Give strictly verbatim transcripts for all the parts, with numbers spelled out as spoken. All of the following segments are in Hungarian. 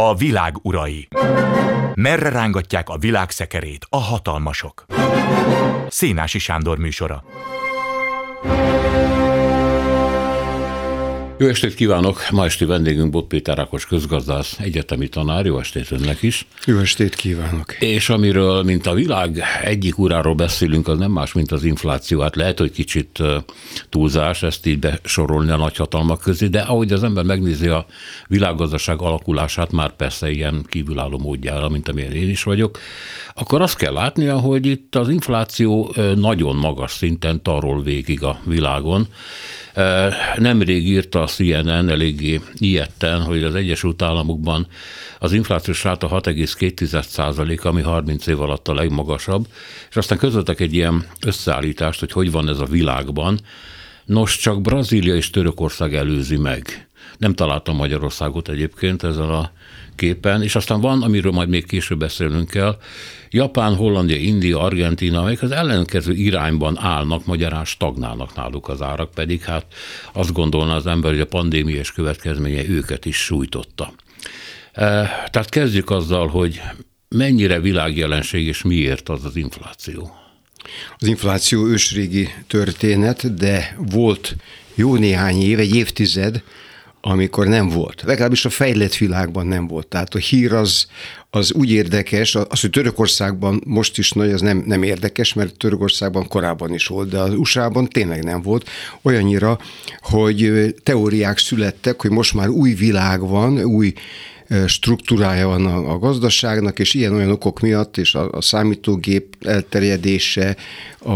A világ urai. Merre rángatják a világ szekerét a hatalmasok? Szénási Sándor műsora. Jó estét kívánok! Ma esti vendégünk Bot Péter Ákos közgazdász, egyetemi tanár. Jó estét önnek is! Jó estét kívánok! És amiről, mint a világ egyik uráról beszélünk, az nem más, mint az infláció. Hát lehet, hogy kicsit túlzás ezt így besorolni a nagyhatalmak közé, de ahogy az ember megnézi a világgazdaság alakulását, már persze ilyen kívülálló módjára, mint amilyen én is vagyok, akkor azt kell látnia, hogy itt az infláció nagyon magas szinten tarol végig a világon. Nemrég írta a C N N eléggé ijedten, hogy az Egyesült Államokban az inflációs ráta hat egész két százalék, ami harminc év alatt a legmagasabb, és aztán közöltek egy ilyen összeállítást, hogy hogy van ez a világban. Nos, csak Brazília és Törökország előzi meg. Nem találtam Magyarországot egyébként ezen a képen, és aztán van, amiről majd még később beszélnünk kell, Japán, Hollandia, India, Argentína, amelyek az ellenkező irányban állnak, magyarán stagnálnak náluk az árak, pedig hát azt gondolná az ember, hogy a pandémia és következménye őket is sújtotta. Tehát kezdjük azzal, hogy mennyire világjelenség és miért az az infláció. Az infláció ősrégi történet, de volt jó néhány év, egy évtized, amikor nem volt. Legalábbis a fejlett világban nem volt. Tehát a hír az, az úgy érdekes, az, hogy Törökországban most is nagy, az nem, nem érdekes, mert Törökországban korábban is volt, de az u es á-ban tényleg nem volt. Olyannyira, hogy teóriák születtek, hogy most már új világ van, új struktúrája van a, a gazdaságnak, és ilyen-olyan okok miatt, és a, a számítógép elterjedése, a,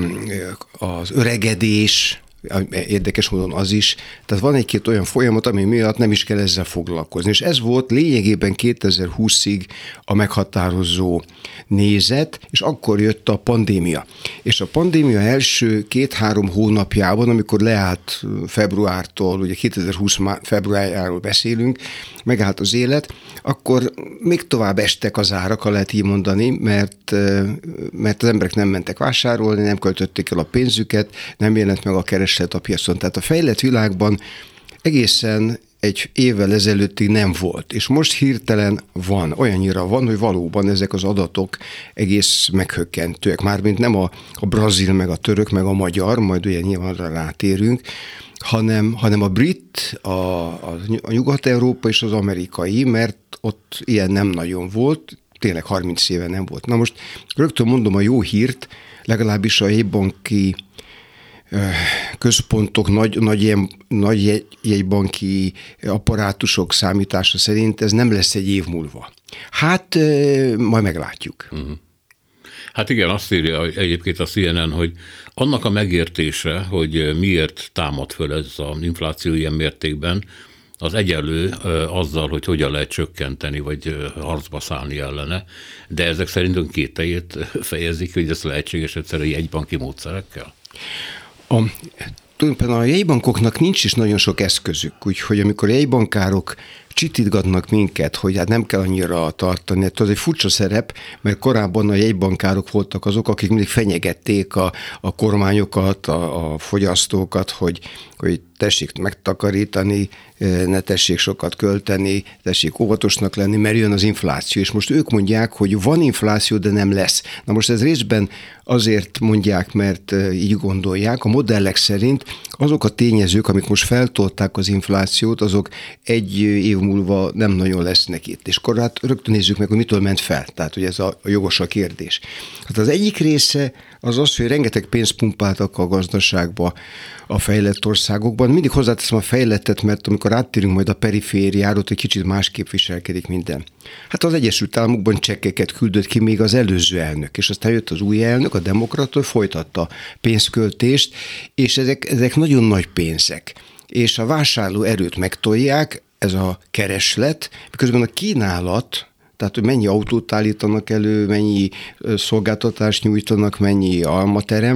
az öregedés, érdekes módon az is. Tehát van egy-két olyan folyamat, ami miatt nem is kell ezzel foglalkozni. És ez volt lényegében kétezer-húszig a meghatározó nézet, és akkor jött a pandémia. És a pandémia első két-három hónapjában, amikor leállt februártól, ugye kétezer-húsz februárjáról beszélünk, megállt az élet, akkor még tovább estek az árak, ha lehet így mondani, mert, mert az emberek nem mentek vásárolni, nem költötték el a pénzüket, nem jelent meg a kereslet a piacon. Tehát a fejlett világban egészen egy évvel ezelőttig nem volt, és most hirtelen van, olyannyira van, hogy valóban ezek az adatok egész meghökkentőek. Mármint nem a, a brazil, meg a török, meg a magyar, majd ugye nyilván rátérünk, hanem, hanem a brit, a, a, a nyugat-európa és az amerikai, mert ott ilyen nem nagyon volt, tényleg harminc éve nem volt. Na most rögtön mondom a jó hírt, legalábbis a jegybanki központok, nagy, nagy, ilyen, nagy jegybanki apparátusok számítása szerint ez nem lesz egy év múlva. Hát majd meglátjuk. Uh-huh. Hát igen, azt írja egyébként a C N N, hogy annak a megértése, hogy miért támad föl ez az infláció ilyen mértékben, az egyenlő azzal, hogy hogyan lehet csökkenteni, vagy harcba szállni ellene, de ezek szerint kételyét fejezik, hogy ez lehetséges egyszerűen jegybanki módszerekkel? A, tulajdonképpen a jegybankoknak nincs is nagyon sok eszközük, úgyhogy amikor a jegybankárok csitítgatnak minket, hogy hát nem kell annyira tartani. Hát az egy furcsa szerep, mert korábban a jegybankárok voltak azok, akik mindig fenyegették a, a kormányokat, a, a fogyasztókat, hogy, hogy tessék megtakarítani, ne tessék sokat költeni, tessék óvatosnak lenni, mert jön az infláció. És most ők mondják, hogy van infláció, de nem lesz. Na most ez részben azért mondják, mert így gondolják. A modellek szerint azok a tényezők, amik most feltolták az inflációt, azok egy év múlva nem nagyon lesznek itt. És akkor hát rögtön nézzük meg, hogy mitől ment fel. Tehát, hogy ez a, a jogos a kérdés. Hát az egyik része az az, hogy rengeteg pénzt pumpáltak a gazdaságba a fejlett országokban. Mindig hozzáteszem a fejlettet, mert amikor áttérünk majd a perifériára, ott egy kicsit másképp viselkedik minden. Hát az Egyesült Államokban csekkeket küldött ki még az előző elnök, és aztán jött az új elnök, a demokrata, folytatta pénzköltést, és ezek, ezek nagyon nagy pénzek. És a vásárló erőt megtolják, ez a kereslet, miközben a kínálat, tehát hogy mennyi autót állítanak elő, mennyi szolgáltatást nyújtanak, mennyi almaterem,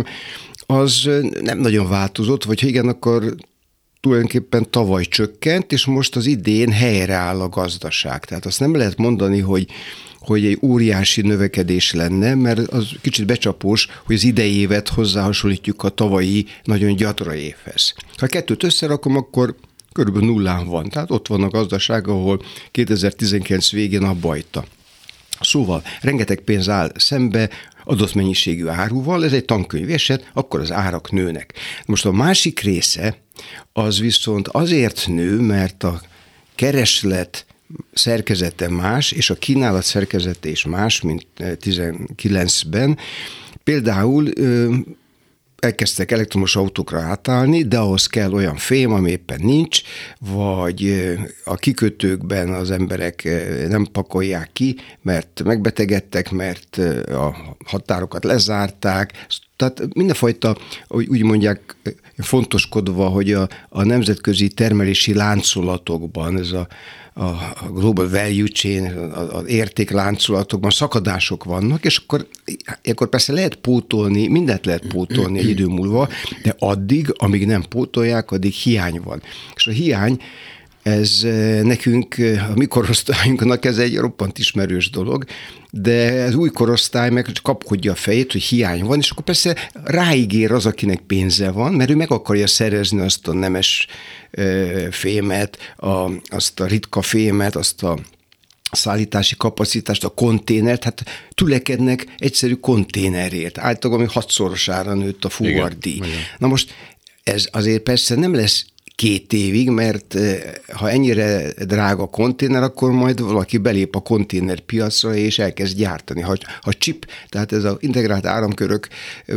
az nem nagyon változott, vagy ha igen, akkor tulajdonképpen tavaly csökkent, és most az idén helyreáll a gazdaság. Tehát azt nem lehet mondani, hogy, hogy egy óriási növekedés lenne, mert az kicsit becsapós, hogy az idei évet hozzáhasonlítjuk a tavalyi nagyon gyatra évhez. Ha a kettőt összerakom, akkor körülbelül nullán van. Tehát ott van a gazdaság, ahol kétezer-tizenkilenc végén abba hagyta. Szóval rengeteg pénz áll szembe adott mennyiségű áruval, ez egy tankönyv eset, akkor az árak nőnek. Most a másik része az viszont azért nő, mert a kereslet szerkezete más, és a kínálat szerkezete is más, mint tizenkilencben. Például elkezdtek elektromos autókra átállni, de ahhoz kell olyan fém, ami éppen nincs, vagy a kikötőkben az emberek nem pakolják ki, mert megbetegedtek, mert a határokat lezárták. Tehát mindenfajta, úgy mondják, fontoskodva, hogy a, a nemzetközi termelési láncolatokban, ez a, a global value chain, az értékláncolatokban szakadások vannak, és akkor, akkor persze lehet pótolni, mindent lehet pótolni egy idő múlva, de addig, amíg nem pótolják, addig hiány van. És a hiány, ez nekünk, a mi korosztályunknak ez egy roppant ismerős dolog, de az új korosztály meg kapkodja a fejét, hogy hiány van, és akkor persze ráígér az, akinek pénze van, mert ő meg akarja szerezni azt a nemes fémet, a, azt a ritka fémet, azt a szállítási kapacitást, a konténert, hát tülekednek egyszerű konténerért. Általában ami hatszorosára nőtt a fuvardi. Na most ez azért persze nem lesz két évig, mert ha ennyire drága a konténer, akkor majd valaki belép a konténerpiacra és elkezd gyártani. Ha, ha chip, tehát ez az integrált áramkörök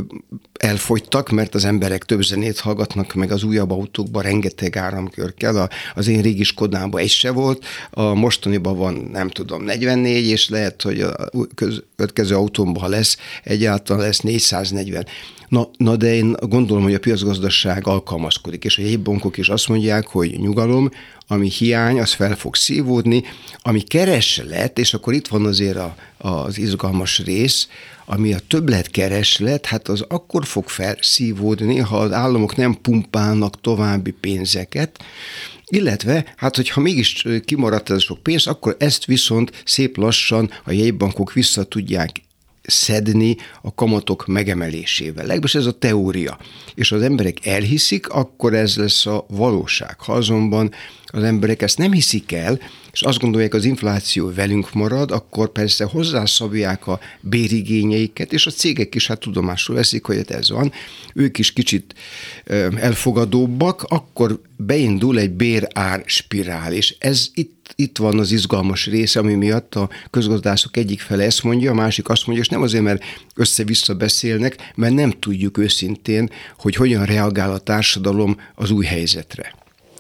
elfogytak, mert az emberek több zenét hallgatnak, meg az újabb autókban rengeteg áramkör kell. Az én régi Skodában egy se volt, a mostaniban van, nem tudom, negyvennégy, és lehet, hogy a következő autómban, ha lesz, egyáltalán lesz négyszáznegyven. Na, na, de én gondolom, hogy a piacgazdaság alkalmazkodik, és a jegybankok is azt mondják, hogy nyugalom, ami hiány, az fel fog szívódni, ami kereslet, és akkor itt van azért a, az izgalmas rész, ami a többletkereslet, hát az akkor fog felszívódni, ha az államok nem pumpálnak további pénzeket, illetve, hát hogyha mégis kimaradt ez a sok pénz, akkor ezt viszont szép lassan a jegybankok vissza tudják szedni a kamatok megemelésével. Legalábbis ez a teória. És ha az emberek elhiszik, akkor ez lesz a valóság. Ha azonban az emberek ezt nem hiszik el, és azt gondolják, az infláció velünk marad, akkor persze hozzászabják a bérigényeiket, és a cégek is hát tudomásul veszik, hogy ez van. Ők is kicsit elfogadóbbak, akkor beindul egy bérár spirál, és ez itt Itt van az izgalmas része, ami miatt a közgazdászok egyik fele ezt mondja, a másik azt mondja, és nem azért, mert össze-vissza beszélnek, mert nem tudjuk őszintén, hogy hogyan reagál a társadalom az új helyzetre.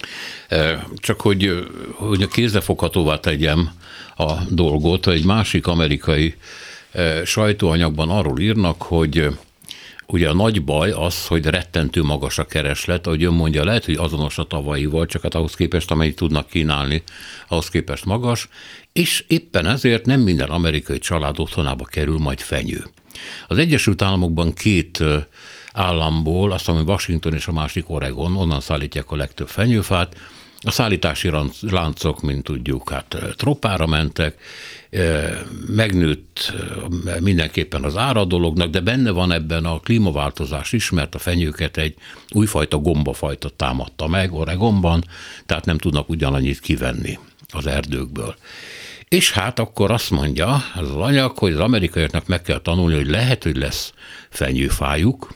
Csak hogy, hogy kézzelfoghatóvá tegyem a dolgot, egy másik amerikai sajtóanyagban arról írnak, hogy ugye a nagy baj az, hogy rettentő magas a kereslet, ahogy ön mondja, lehet, hogy azonos a tavalyival, csak hát ahhoz képest, amennyit tudnak kínálni, ahhoz képest magas, és éppen ezért nem minden amerikai család otthonába kerül majd fenyő. Az Egyesült Államokban két államból, azt mondom, Washington és a másik Oregon, onnan szállítják a legtöbb fenyőfát. A szállítási láncok, mint tudjuk, hát tropára mentek, megnőtt mindenképpen az ára a dolognak, de benne van ebben a klímaváltozás is, mert a fenyőket egy újfajta gombafajta támadta meg Oregonban, tehát nem tudnak ugyanannyit kivenni az erdőkből. És hát akkor azt mondja ez az anyag, hogy az amerikaiaknak meg kell tanulni, hogy lehet, hogy lesz fenyőfájuk,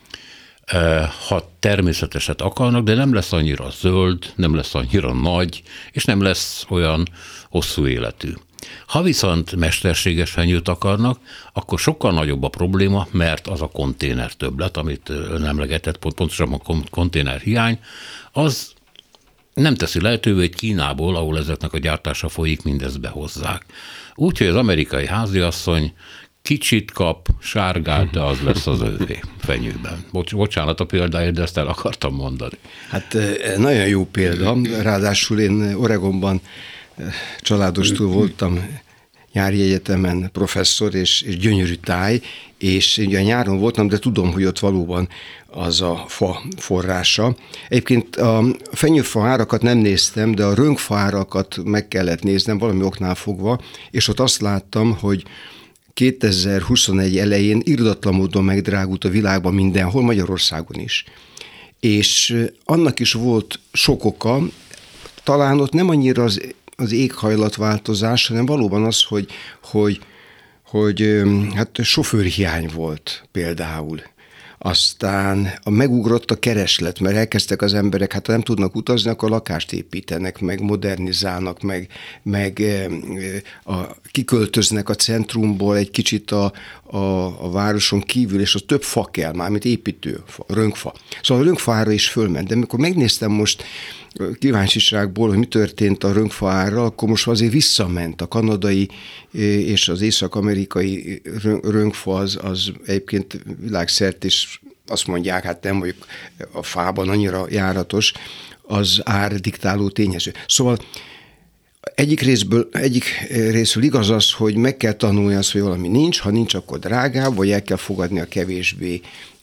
ha természeteset akarnak, de nem lesz annyira zöld, nem lesz annyira nagy, és nem lesz olyan hosszú életű. Ha viszont mesterséges fenyőt akarnak, akkor sokkal nagyobb a probléma, mert az a konténer többlet, amit ön emlegetett, pontosabban a konténer hiány, az nem teszi lehetővé, hogy Kínából, ahol ezeknek a gyártása folyik, mindezt behozzák. Úgyhogy az amerikai háziasszony kicsit kap, sárgát, de az lesz az övé fenyőben. Bocs, bocsánat a példáért, de ezt el akartam mondani. Hát nagyon jó példa. Ráadásul én Oregonban családostul voltam, nyári egyetemen professzor, és, és gyönyörű táj, és ugye nyáron voltam, de tudom, hogy ott valóban az a fa forrása. Egyébként a fenyőfa árakat nem néztem, de a rönkfa árakat meg kellett néznem, valami oknál fogva, és ott azt láttam, hogy kétezer-huszonegy elején irdatlan módon megdrágult a világban mindenhol, Magyarországon is. És annak is volt sok oka, talán ott nem annyira az, az éghajlatváltozás, hanem valóban az, hogy, hogy, hogy hát sofőrhiány volt például. Aztán a megugrott a kereslet, mert elkezdtek az emberek, hát ha nem tudnak utazni, akkor lakást építenek, meg modernizálnak, meg, meg a, kiköltöznek a centrumból egy kicsit a, a, a városon kívül, és az több fa kell, mármint építő, fa, rönkfa. Szóval a rönkfára is fölment, de amikor megnéztem most kíváncsiságból, hogy mi történt a rönkfa árral, akkor most azért visszament a kanadai és az észak-amerikai rönkfa, az, az egyébként világszerte is azt mondják, hát nem vagyok a fában annyira járatos, az ár diktáló tényező. Szóval egyik részből, egyik részből igaz az, hogy meg kell tanulni azt, hogy valami nincs, ha nincs, akkor drágább, vagy el kell fogadni a kevésbé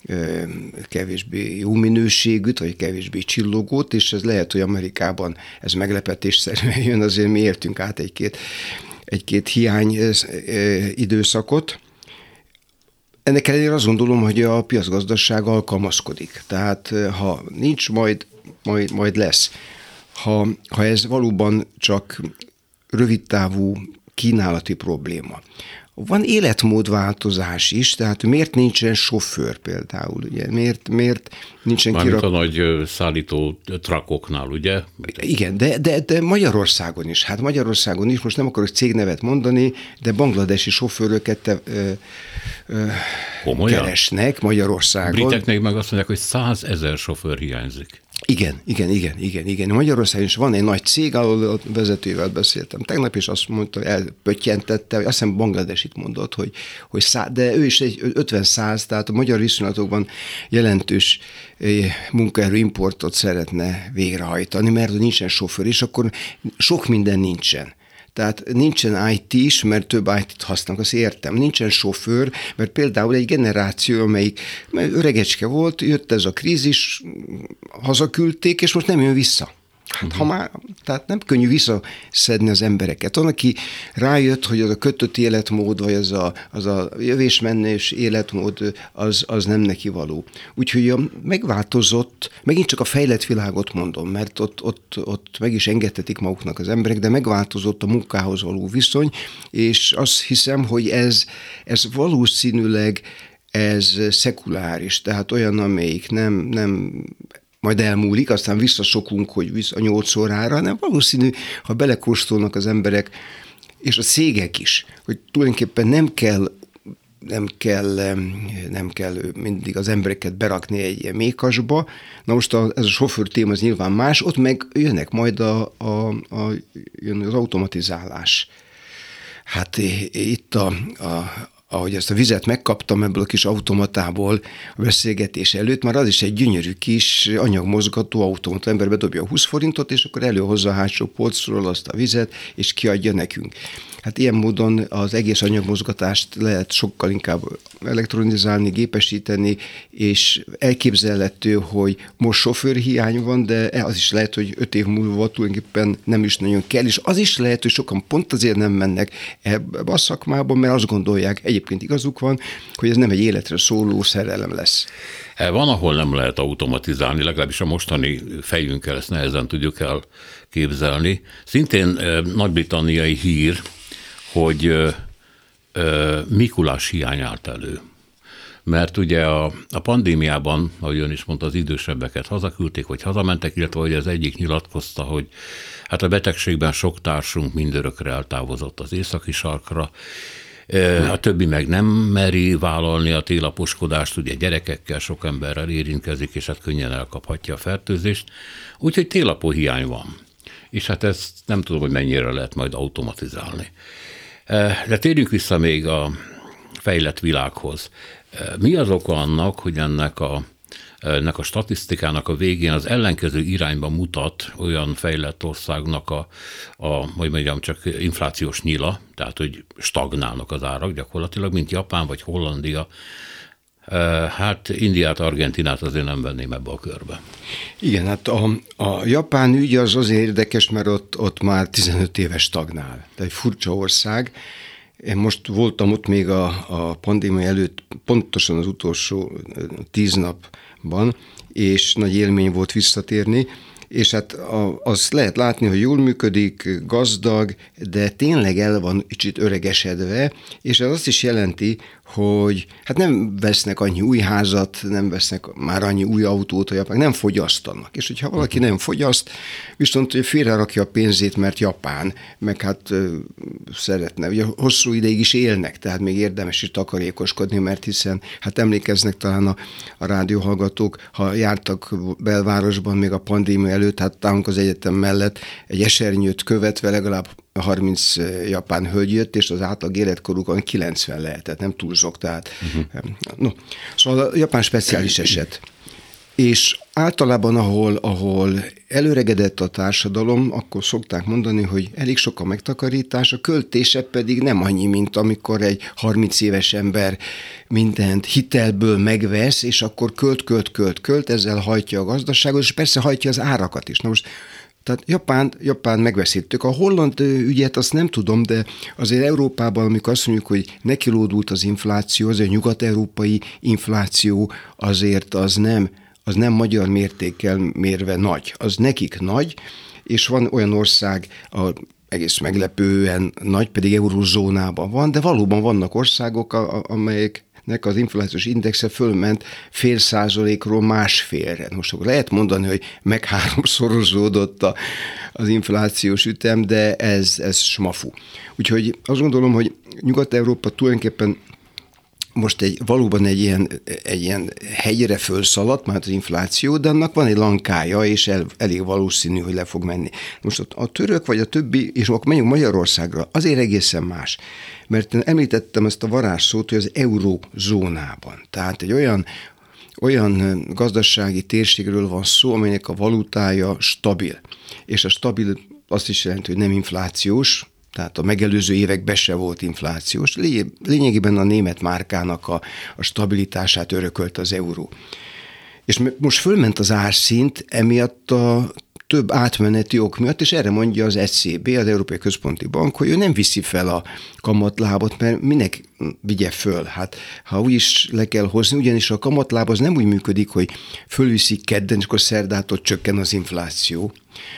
kevésbé jó minőségűt, vagy kevésbé csillogót, és ez lehet, hogy Amerikában ez meglepetésszerűen jön, azért mi értünk át egy-két, egy-két hiány időszakot. Ennek ellenére azt gondolom, hogy a piacgazdaság alkalmazkodik. Tehát ha nincs, majd, majd, majd lesz. Ha, ha ez valóban csak rövidtávú kínálati probléma. Van életmódváltozás is, tehát miért nincsen sofőr például, ugye? Miért, miért nincsen kirak... Mármint a nagy szállító trakoknál, ugye? Igen, de, de, de Magyarországon is. Hát Magyarországon is, most nem akarok cégnevet mondani, de bangladesi sofőröket te, ö, ö, keresnek Magyarországon. Briteknek meg azt mondják, hogy százezer sofőr hiányzik. Igen, igen, igen, igen, igen. Magyarországon is van egy nagy cég, ahol a vezetővel beszéltem tegnap, és azt mondta, elpöttyentette, azt hiszem Bangladesit mondott, hogy, hogy szá, de ő is egy ötven-száz, tehát a magyar viszonylatokban jelentős munkaerőimportot szeretne végrehajtani, mert nincsen sofőr, és akkor sok minden nincsen. Tehát nincsen í té is, mert több í té-t használnak, azt értem. Nincsen sofőr, mert például egy generáció, amelyik öregecske volt, jött ez a krízis, hazaküldték, és most nem jön vissza. Hát, ha már, tehát nem könnyű visszaszedni az embereket. Van, aki rájött, hogy az a kötött életmód, vagy az a, az a jövésmennős életmód, az, az nem neki való. Úgyhogy a megváltozott, megint csak a fejlett világot mondom, mert ott, ott, ott meg is engedhetik maguknak az emberek, de megváltozott a munkához való viszony, és azt hiszem, hogy ez, ez valószínűleg ez szekuláris, tehát olyan, amelyik nem, nem majd elmúlik, aztán visszasokunk, hogy vissza a nyolc órára, nem valószínű, ha belekóstolnak az emberek, és a cégek is, hogy tulajdonképpen nem kell, nem kell, nem kell mindig az embereket berakni egy ilyen mékasba. Na most a, ez a sofőr téma az nyilván más, ott meg jönnek majd a, a, a, jön az automatizálás. Hát itt a, a ahogy ezt a vizet megkaptam ebből a kis automatából a beszélgetés előtt, már az is egy gyönyörű kis anyagmozgató automata. Ember bedobja a húsz forintot, és akkor előhozza a hátsó polcról azt a vizet, és kiadja nekünk. Hát ilyen módon az egész anyagmozgatást lehet sokkal inkább elektronizálni, gépesíteni, és elképzelhető, hogy most sofőrhiány van, de az is lehet, hogy öt év múlva tulajdonképpen nem is nagyon kell, és az is lehet, hogy sokan pont azért nem mennek ebbe a szakmába, mert azt gondolják, egyébként igazuk van, hogy ez nem egy életre szóló szerelem lesz. Van, ahol nem lehet automatizálni, legalábbis a mostani fejünkkel ezt nehezen tudjuk elképzelni. Szintén nagy-britanniai hír, hogy ö, ö, Mikulás hiány állt elő. Mert ugye a, a pandémiában, ahogy ön is mondta, az idősebbeket hazaküldték, hogy hazamentek, illetve hogy az egyik nyilatkozta, hogy hát a betegségben sok társunk mindörökre eltávozott az északi sarkra, a többi meg nem meri vállalni a télaposkodást, ugye gyerekekkel, sok emberrel érintkezik, és hát könnyen elkaphatja a fertőzést, úgyhogy télapó hiány van. És hát ezt nem tudom, hogy mennyire lehet majd automatizálni. De térjünk vissza még a fejlett világhoz. Mi az oka annak, hogy ennek a, ennek a statisztikának a végén az ellenkező irányba mutat olyan fejlett országnak a, a majd mondjam csak inflációs nyila, tehát hogy stagnálnak az árak gyakorlatilag, mint Japán vagy Hollandia. Hát Indiát, Argentinát azért nem venném ebbe a körbe. Igen, hát a, a japán ügy az azért érdekes, mert ott, ott már tizenöt éves stagnál. Tehát egy furcsa ország. Én most voltam ott még a, a pandémia előtt, pontosan az utolsó tíz napban, és nagy élmény volt visszatérni, és hát a, azt lehet látni, hogy jól működik, gazdag, de tényleg el van kicsit öregesedve, és ez azt is jelenti, hogy hát nem vesznek annyi új házat, nem vesznek már annyi új autót, hogy nem fogyasztanak. És hogyha valaki nem fogyaszt, viszont félrerakja a pénzét, mert Japán, meg hát ö, szeretne. Ugye hosszú ideig is élnek, tehát még érdemes is takarékoskodni, mert hiszen hát emlékeznek talán a, a rádióhallgatók, ha jártak belvárosban még a pandémia előtt, hát távunk az egyetem mellett egy esernyőt követve legalább harminc japán hölgy jött, és az átlag életkorukon kilencven lehetett, nem túlzok, tehát uh-huh. no. Szóval a Japán speciális eset. És általában, ahol, ahol előregedett a társadalom, akkor szokták mondani, hogy elég sok a megtakarítás, a költése pedig nem annyi, mint amikor egy harminc éves ember mindent hitelből megvesz, és akkor költ, költ, költ, költ, ezzel hajtja a gazdaságot, és persze hajtja az árakat is. Na most tehát Japán, Japán megveszítettük. A holland ügyet azt nem tudom, de azért Európában, amikor azt mondjuk, hogy nekilódult az infláció, az a nyugat-európai infláció, azért az nem, az nem magyar mértékkel mérve nagy. Az nekik nagy, és van olyan ország, a egész meglepően nagy, pedig eurózónában van, de valóban vannak országok, amelyek nek az inflációs indexe fölment fél százalékról másfélre. Most akkor lehet mondani, hogy meg háromszorozódott a, az inflációs ütem, de ez, ez smafu. Úgyhogy azt gondolom, hogy Nyugat-Európa tulajdonképpen most egy, valóban egy ilyen, egy ilyen hegyre fölszaladt már az infláció, de annak van egy lankája, és el, elég valószínű, hogy le fog menni. Most a, a török vagy a többi, és akkor menjünk Magyarországra, azért egészen más. Mert én említettem ezt a varázsszót, hogy az eurózónában. Tehát egy olyan, olyan gazdasági térségről van szó, amelynek a valutája stabil. És a stabil azt is jelenti, hogy nem inflációs, tehát a megelőző években se volt inflációs. Lényegében a német márkának a, a stabilitását örökölt az euró. És most fölment az árszint emiatt a több átmeneti ok miatt, és erre mondja az e cé bé, az Európai Központi Bank, hogy ő nem viszi fel a kamatlábot, mert minek vigye föl? Hát ha úgy is le kell hozni, ugyanis a kamatláb az nem úgy működik, hogy fölviszik kedden, és akkor szerdától csökken az infláció.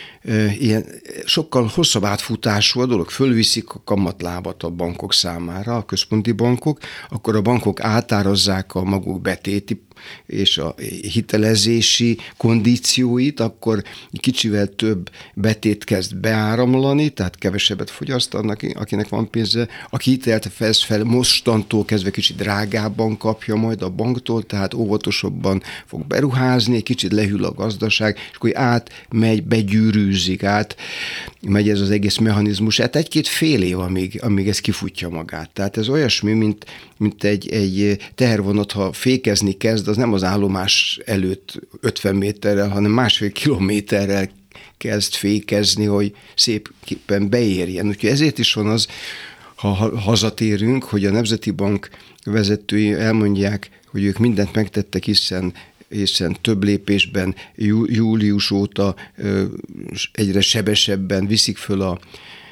Ilyen sokkal hosszabb átfutású a dolog, fölviszik a kamatlábat a bankok számára, a központi bankok, akkor a bankok átárazzák a maguk betéti és a hitelezési kondícióit, akkor kicsivel több betét kezd beáramlani, tehát kevesebbet fogyaszt annak, akinek van pénze. Aki hitelt fez fel, mostantól kezdve kicsit drágábban kapja majd a banktól, tehát óvatosabban fog beruházni, kicsit lehűl a gazdaság, és akkor átmegy, begyűrűzik, át megy ez az egész mechanizmus. Hát egy-két fél év, amíg, amíg ez kifutja magát. Tehát ez olyasmi, mint, mint egy, egy tehervonat, ha fékezni kezd, az nem az állomás előtt ötven méterrel, hanem másfél kilométerrel kezd fékezni, hogy szépen beérjen. Úgyhogy ezért is van az, ha hazatérünk, hogy a Nemzeti Bank vezetői elmondják, hogy ők mindent megtettek, hiszen hiszen több lépésben jú, július óta ö, egyre sebesebben viszik föl a,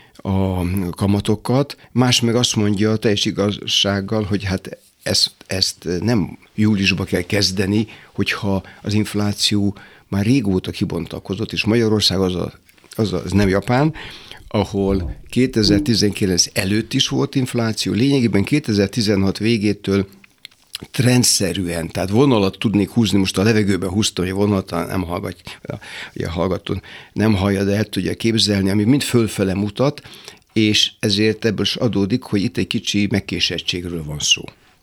a kamatokat. Más meg azt mondja teljes igazsággal, hogy hát ezt, ezt nem júliusba kell kezdeni, hogyha az infláció már régóta kibontakozott, és Magyarország az, a, az, a, az nem Japán, ahol kétezer-tizenkilenc előtt is volt infláció, lényegében kétezer-tizenhat végétől trendszerűen, tehát vonalat tudnék húzni, most a levegőben húztam, hogy vonalat nem hallgatja, a hallgató nem hallja, de el tudja képzelni, ami mind fölfele mutat, és ezért ebből is adódik, hogy itt egy kicsi megkésettségről van szó.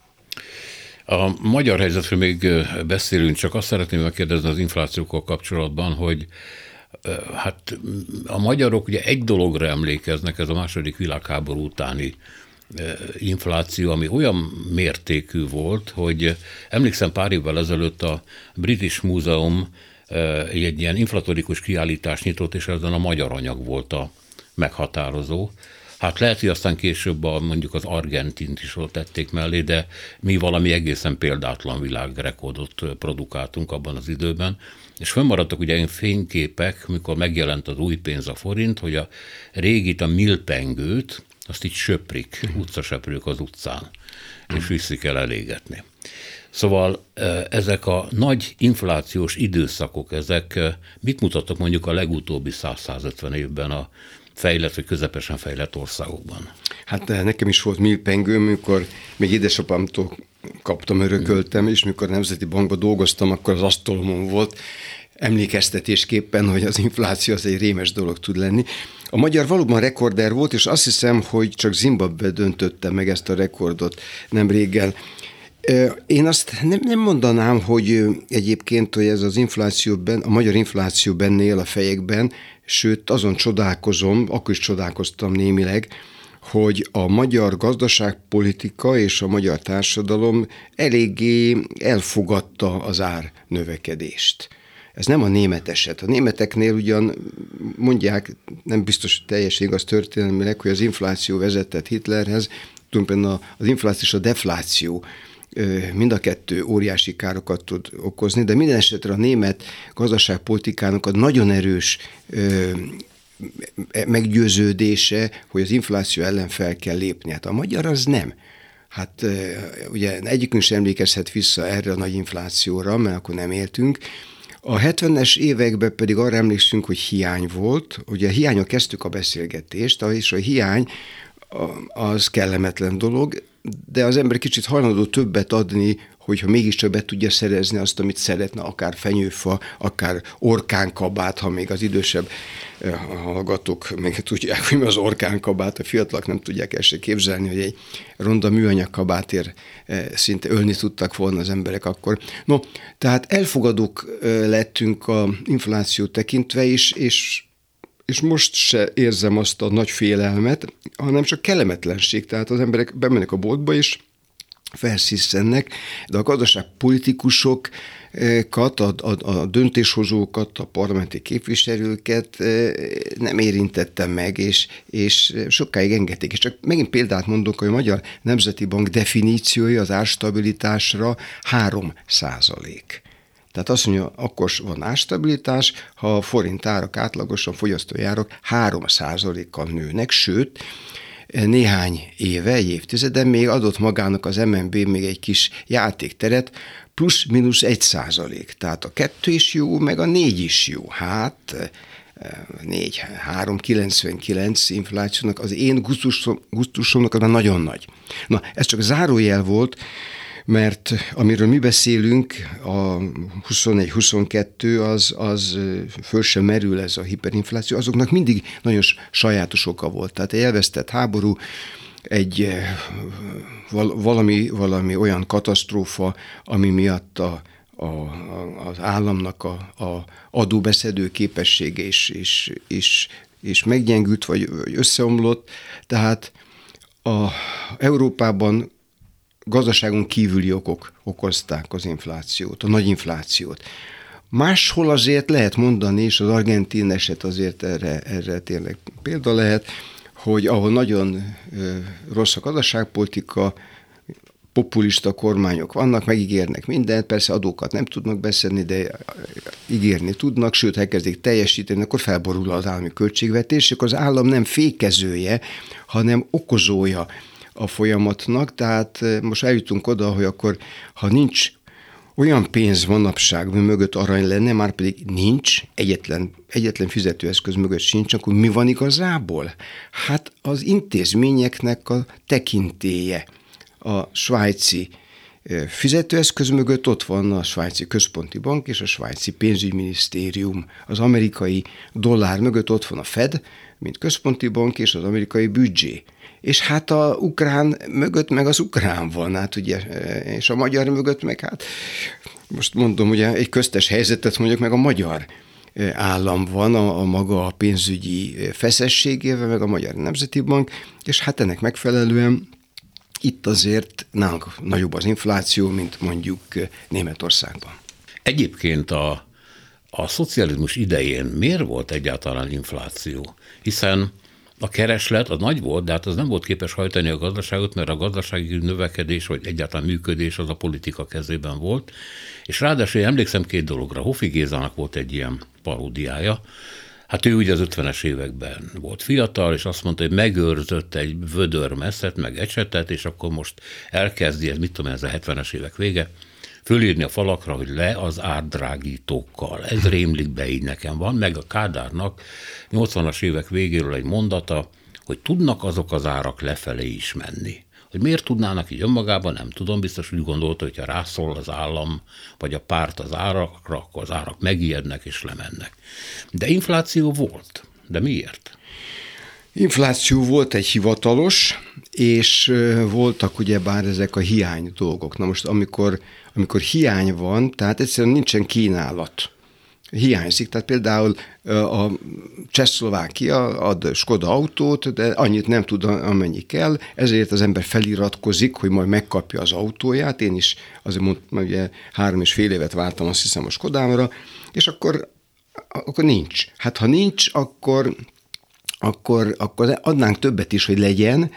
A magyar helyzetről még beszélünk, csak azt szeretném megkérdezni az inflációkkal kapcsolatban, hogy hát a magyarok ugye egy dologra emlékeznek, ez a második világháború utáni infláció, ami olyan mértékű volt, hogy emlékszem pár évvel ezelőtt a British Museum egy ilyen inflatorikus kiállítást nyitott, és ezen a magyar anyag volt a meghatározó. Hát lehet, hogy aztán később a, mondjuk az argentint is ott tették mellé, de mi valami egészen példátlan világrekordot produkáltunk abban az időben, és fönnmaradtak ugye ilyen fényképek, mikor megjelent az új pénz, a forint, hogy a régit, a milpengőt, azt így söprik, utcasöprők az utcán, és viszik el elégetni. Szóval ezek a nagy inflációs időszakok, ezek mit mutatnak mondjuk a legutóbbi száz-százötven évben a fejlett vagy közepesen fejlett országokban? Hát nekem is volt milpengőm, mikor még édesapámtól kaptam, örököltem, és mikor Nemzeti Bankban dolgoztam, akkor az asztalomon volt emlékeztetésképpen, hogy az infláció az egy rémes dolog tud lenni. A magyar valóban rekorder volt, és azt hiszem, hogy csak Zimbabwe döntötte meg ezt a rekordot nem régen. Én azt nem, nem mondanám, hogy egyébként, hogy ez az infláció, ben, a magyar infláció benne él a fejekben, sőt azon csodálkozom, akkor is csodálkoztam némileg, hogy a magyar gazdaságpolitika és a magyar társadalom eléggé elfogadta az ár növekedést. Ez nem a német eset. A németeknél ugyan mondják, nem biztos, hogy teljes igaz történelmileg, hogy az infláció vezetett Hitlerhez, tulajdonképpen az infláció és a defláció mind a kettő óriási károkat tud okozni, de minden esetre a német gazdaságpolitikának a nagyon erős meggyőződése, hogy az infláció ellen fel kell lépni. Hát a magyar az nem. Hát ugye egyikünk sem emlékezhet vissza erre a nagy inflációra, mert akkor nem éltünk. A hetvenes években pedig arra emlékszünk, hogy hiány volt. Ugye a hiányon kezdtük a beszélgetést, és a hiány az kellemetlen dolog, de az ember kicsit hajlandó többet adni, hogyha mégis többet tudja szerezni azt, amit szeretne, akár fenyőfa, akár orkánkabát, ha még az idősebb hallgatók még tudják, hogy mi az orkánkabát, a fiatalok nem tudják el se képzelni, hogy egy ronda műanyag kabátért szinte ölni tudtak volna az emberek akkor. No, tehát elfogadók lettünk a inflációt tekintve is, és és most se érzem azt a nagy félelmet, hanem csak kellemetlenség. Tehát az emberek bemennek a boltba, és felszisszennek, de a gazdaságpolitikusokat, a, a, a döntéshozókat, a parlamenti képviselőket nem érintettem meg, és, és sokáig engedték. És csak megint példát mondok, hogy a Magyar Nemzeti Bank definíciója az árstabilitásra három százalék. Tehát azt mondja, akkor van árstabilitás, ha a forint árak átlagosan fogyasztói árak három százalékkal nőnek, sőt, néhány éve, egy évtizeden még adott magának az em en bé még egy kis játékteret, plusz-minusz egy százalék. Tehát a kettő is jó, meg a négy is jó. Hát négy, három, kilencvenkilenc inflációnak az én gusztusom, gusztusomnak az nagyon nagy. Na, ez csak zárójel volt, mert amiről mi beszélünk, a huszonegy huszonkettő, az, az föl sem merül ez a hiperinfláció, azoknak mindig nagyon sajátos oka volt. Tehát egy elvesztett háború, egy valami, valami olyan katasztrófa, ami miatt a, a, az államnak a, a adóbeszedő képessége is, is, is, is meggyengült, vagy összeomlott. Tehát a Európában gazdaságon kívüli okok okozták az inflációt, a nagy inflációt. Máshol azért lehet mondani, és az argentin eset azért erre, erre tényleg példa lehet, hogy ahol nagyon rossz a gazdaságpolitika, populista kormányok vannak, megígérnek mindent, persze adókat nem tudnak beszedni, de ígérni tudnak, sőt, elkezdik teljesíteni, akkor felborul az állami költségvetés, és az állam nem fékezője, hanem okozója a folyamatnak, tehát most eljutunk oda, hogy akkor, ha nincs olyan pénz manapság, ami mögött arany lenne, már pedig nincs, egyetlen, egyetlen fizetőeszköz mögött sincs, akkor mi van igazából? Hát az intézményeknek a tekintélye. A svájci fizetőeszköz mögött ott van a svájci központi bank és a svájci pénzügyminisztérium. Az amerikai dollár mögött ott van a Fed, mint központi bank, és az amerikai büdzsé. És hát a ukrán mögött meg az ukrán van, hát ugye, és a magyar mögött meg hát, most mondom, ugye egy köztes helyzetet mondjuk meg a magyar állam van, a, a maga a pénzügyi feszességével, meg a Magyar Nemzeti Bank, és hát ennek megfelelően itt azért nálunk nagyobb az infláció, mint mondjuk Németországban. Egyébként a, a szocializmus idején miért volt egyáltalán infláció? Hiszen a kereslet az nagy volt, de hát az nem volt képes hajtani a gazdaságot, mert a gazdasági növekedés, vagy egyáltalán működés az a politika kezében volt. És ráadásul emlékszem két dologra. Hofi Gézának volt egy ilyen paródiája. Hát ő ugye az ötvenes években volt fiatal, és azt mondta, hogy megőrzött egy vödör messzet, meg ecsetet, és akkor most elkezdi, ez mit tudom, ez a hetvenes évek vége, fölírni a falakra, hogy le az árdrágítókkal. Ez rémlik be így nekem. Van meg a Kádárnak nyolcvanas évek végéről egy mondata, hogy tudnak azok az árak lefelé is menni. Hogy miért tudnának így önmagában, nem tudom, biztos úgy gondolta, hogyha rászól az állam, vagy a párt az árakra, akkor az árak megijednek és lemennek. De infláció volt. De miért? Infláció volt egy hivatalos, és voltak ugyebár ezek a hiány dolgok. Na most amikor, amikor hiány van, tehát egyszerűen nincsen kínálat. Hiányzik, tehát például a Csehszlovákia ad Skoda autót, de annyit nem tud, amennyi kell, ezért az ember feliratkozik, hogy majd megkapja az autóját. Én is azért mondtam, ugye három és fél évet vártam, azt hiszem, a Skodámra, és akkor, akkor nincs. Hát ha nincs, akkor... Akkor, akkor adnánk többet is, hogy legyen,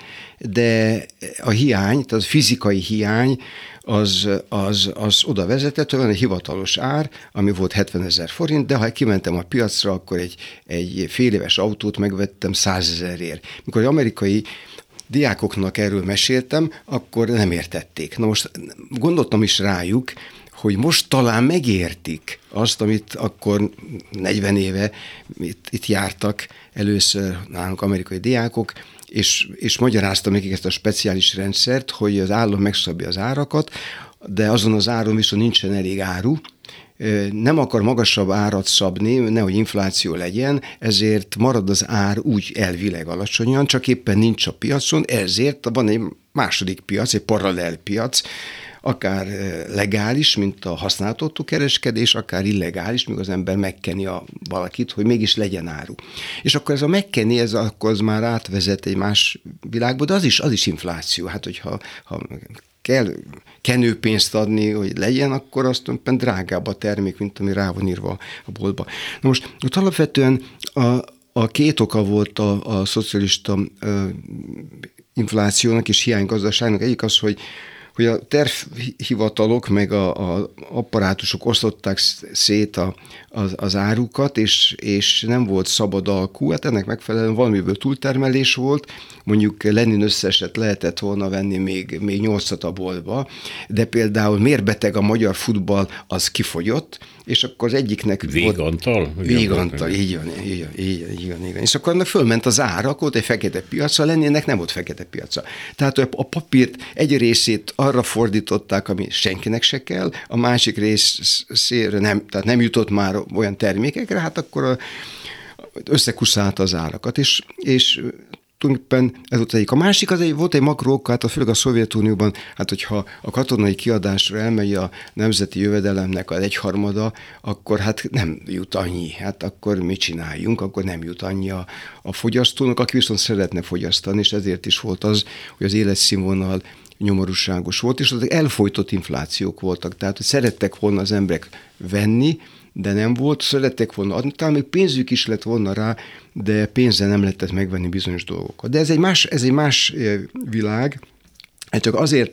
de a hiány, tehát a fizikai hiány, az, az, az oda vezetett, hogy van egy hivatalos ár, ami volt hetvenezer forint, de ha kimentem a piacra, akkor egy, egy fél éves autót megvettem százezerért. Mikor az amerikai diákoknak erről meséltem, akkor nem értették. Na most gondoltam is rájuk, hogy most talán megértik azt, amit akkor negyven éve itt, itt jártak először nálunk amerikai diákok, és, és magyaráztam nekik ezt a speciális rendszert, hogy az állam megszabja az árakat, de azon az áron viszont nincsen elég áru, nem akar magasabb árat szabni, nehogy infláció legyen, ezért marad az ár úgy elvileg alacsonyan, csak éppen nincs a piacon, ezért van egy második piac, egy paralel piac, akár legális, mint a használt autó kereskedés, akár illegális, míg az ember megkeni a valakit, hogy mégis legyen áru. És akkor ez a megkeni, ez akkor az már átvezet egy más világba, de az is, az is infláció. Hát, hogyha ha kell kenőpénzt adni, hogy legyen, akkor azt tulajdonképpen drágább a termék, mint ami rá van írva a boltba. Na most ott alapvetően a, a két oka volt a, a szocialista ö, inflációnak és hiánygazdaságnak. Egyik az, hogy hogy a tervhivatalok meg a, a apparátusok osztották szét a, az, az árukat, és, és nem volt szabad alkú. Hát ennek megfelelően valamiből túltermelés volt, mondjuk Lenin összeset lehetett volna venni még, még nyolcat a boltba, de például miért beteg a magyar futball, az kifogyott, és akkor az egyiknek Végantal? Volt, Végantal, így van, így van, így van, így van, így van. És akkor annak fölment az ára, akkor ott egy fekete piaca, Leninnek nem volt fekete piaca. Tehát a papírt egy részét arra fordították, ami senkinek se kell, a másik részére nem, tehát nem jutott már olyan termékekre, hát akkor a, összekuszálta az árakat, és, és tulajdonképpen ez volt egyik. A másik az egy, volt egy makrók, hát a főleg a Szovjetunióban, hát hogyha a katonai kiadásra elmegy a nemzeti jövedelemnek az egyharmada, akkor hát nem jut annyi. Hát akkor mit csináljunk, akkor nem jut annyi a, a fogyasztónak, aki viszont szeretne fogyasztani, és ezért is volt az, hogy az életszínvonal nyomorúságos volt, és azok elfojtott inflációk voltak. Tehát, hogy szerettek volna az emberek venni, de nem volt, szerettek volna adni, talán még pénzük is lett volna rá, de pénzzel nem lehetett megvenni bizonyos dolgokat. De ez egy más, ez egy más világ, ez csak azért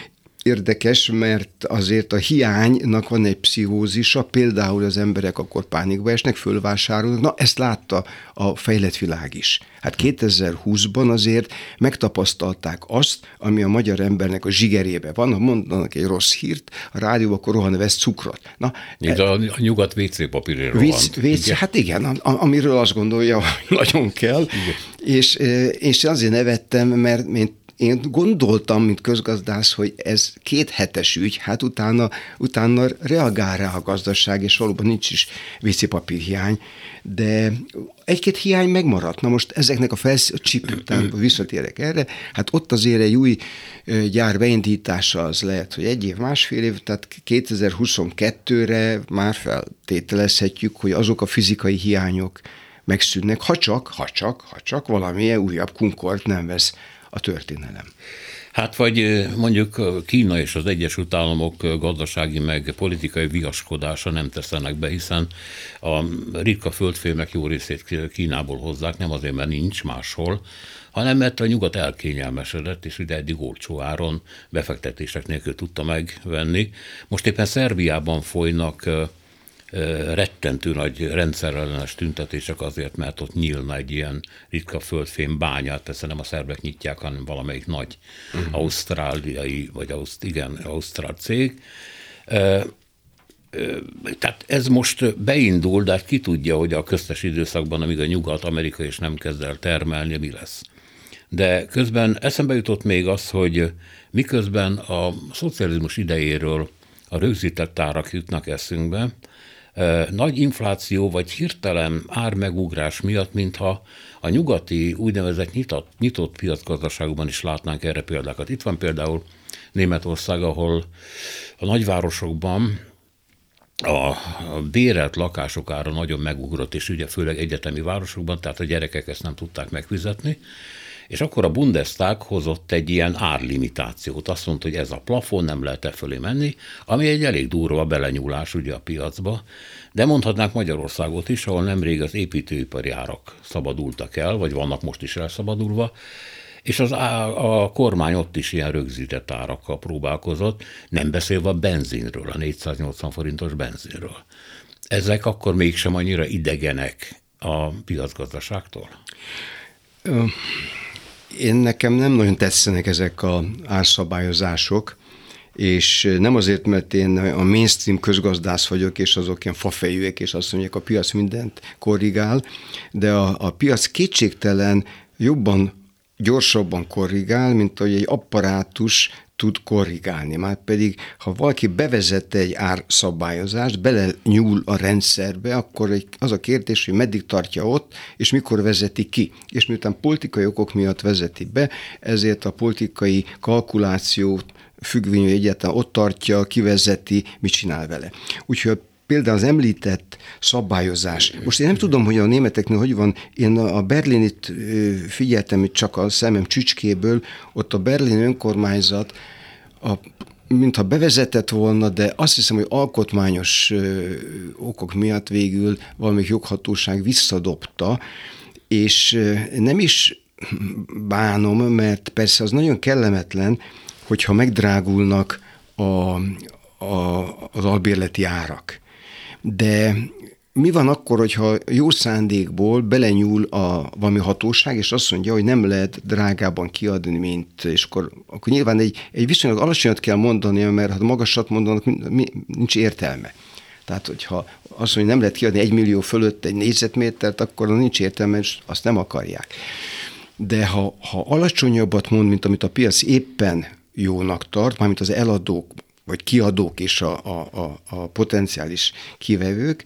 érdekes, mert azért a hiánynak van egy pszichózisa, például az emberek akkor pánikba esnek, fölvásárolnak, na ezt látta a fejlett világ is. Hát kétezer-húszban azért megtapasztalták azt, ami a magyar embernek a zsigerébe van, ha mondanak egy rossz hírt, a rádióban akkor rohan, vesz cukrot. Na, Mint a, a nyugat vé cé papírért rohant. vé cé, hát igen, amiről azt gondolja, hogy nagyon kell, és, és azért nevettem, mert mint én gondoltam, mint közgazdász, hogy ez két hetes ügy, hát utána, utána reagál rá a gazdaság, és valóban nincs is vé cé papírhiány, de egy-két hiány megmaradt. Na most ezeknek a felsz... csip után visszatérek erre, hát ott azért egy új gyár beindítása az lehet, hogy egy év, másfél év, tehát kétezer-huszonkettőre már feltételezhetjük, hogy azok a fizikai hiányok megszűnnek, ha csak, ha csak, ha csak valamilyen újabb kunkort nem vesz a történelem. Hát vagy mondjuk Kína és az Egyesült Államok gazdasági meg politikai viaskodása nem teszenek be, hiszen a ritka földfémek jó részét Kínából hozzák, nem azért, mert nincs máshol, hanem mert a nyugat elkényelmesedett, és ugye eddig olcsó áron befektetések nélkül tudta megvenni. Most éppen Szerbiában folynak rettentő nagy rendszerellenes tüntetések azért, mert ott nyílna egy ilyen ritka földfém bányát, persze nem a szerbek nyitják, hanem valamelyik nagy uh-huh. ausztráliai, vagy auszt, igen, ausztrál cég. Tehát ez most beindul, de ki tudja, hogy a köztes időszakban, amíg a Nyugat-Amerika is nem kezd el termelni, mi lesz. De közben eszembe jutott még az, hogy miközben a szocializmus idejéről a rögzített árak jutnak eszünkbe, nagy infláció vagy hirtelen ármegugrás miatt, mintha a nyugati úgynevezett nyitott, nyitott piacgazdaságban is látnánk erre példákat. Itt van például Németország, ahol a nagyvárosokban a bérelt lakások ára nagyon megugrott, és ugye főleg egyetemi városokban, tehát a gyerekek ezt nem tudták megfizetni, és akkor a Bundestag hozott egy ilyen árlimitációt. Azt mondta, hogy ez a plafon, nem lehet e fölé menni, ami egy elég durva belenyúlás ugye a piacba, de mondhatnánk Magyarországot is, ahol nemrég az építőipari árak szabadultak el, vagy vannak most is elszabadulva, és az a, a kormány ott is ilyen rögzített árakkal próbálkozott, nem beszélve a benzinről, a négyszáznyolcvan forintos benzinről. Ezek akkor mégsem annyira idegenek a piacgazdaságtól? Én nekem nem nagyon tetszenek ezek az árszabályozások, és nem azért, mert én a mainstream közgazdász vagyok, és azok ilyen fafejűek, és azt mondják, a piac mindent korrigál, de a, a piac kétségtelen jobban, gyorsabban korrigál, mint hogy egy apparátus tud korrigálni. Már pedig, ha valaki bevezet egy árszabályozást, bele nyúl a rendszerbe, akkor egy, az a kérdés, hogy meddig tartja ott, és mikor vezeti ki. És miután politikai okok miatt vezeti be, ezért a politikai kalkuláció függvényű egyáltalán ott tartja, kivezeti, mit csinál vele. Úgyhogy például az említett szabályozás. Most én nem tudom, hogy a németeknél hogy van, én a Berlinit figyeltem itt csak a szemem csücskéből, ott a berlini önkormányzat, a, mintha bevezetett volna, de azt hiszem, hogy alkotmányos okok miatt végül valamelyik joghatóság visszadobta, és nem is bánom, mert persze az nagyon kellemetlen, hogyha megdrágulnak a, a, az albérleti árak. De mi van akkor, hogyha jó szándékból belenyúl a valami hatóság, és azt mondja, hogy nem lehet drágában kiadni, mint, és akkor, akkor nyilván egy, egy viszonylag alacsonyat kell mondani, mert ha magasat mondanak, nincs értelme. Tehát, hogyha azt mondja, hogy nem lehet kiadni egy millió fölött egy négyzetmétert, akkor nincs értelme, és azt nem akarják. De ha, ha alacsonyabbat mond, mint amit a piac éppen jónak tart, mármint az eladók, vagy kiadók és a, a, a, a potenciális kivevők,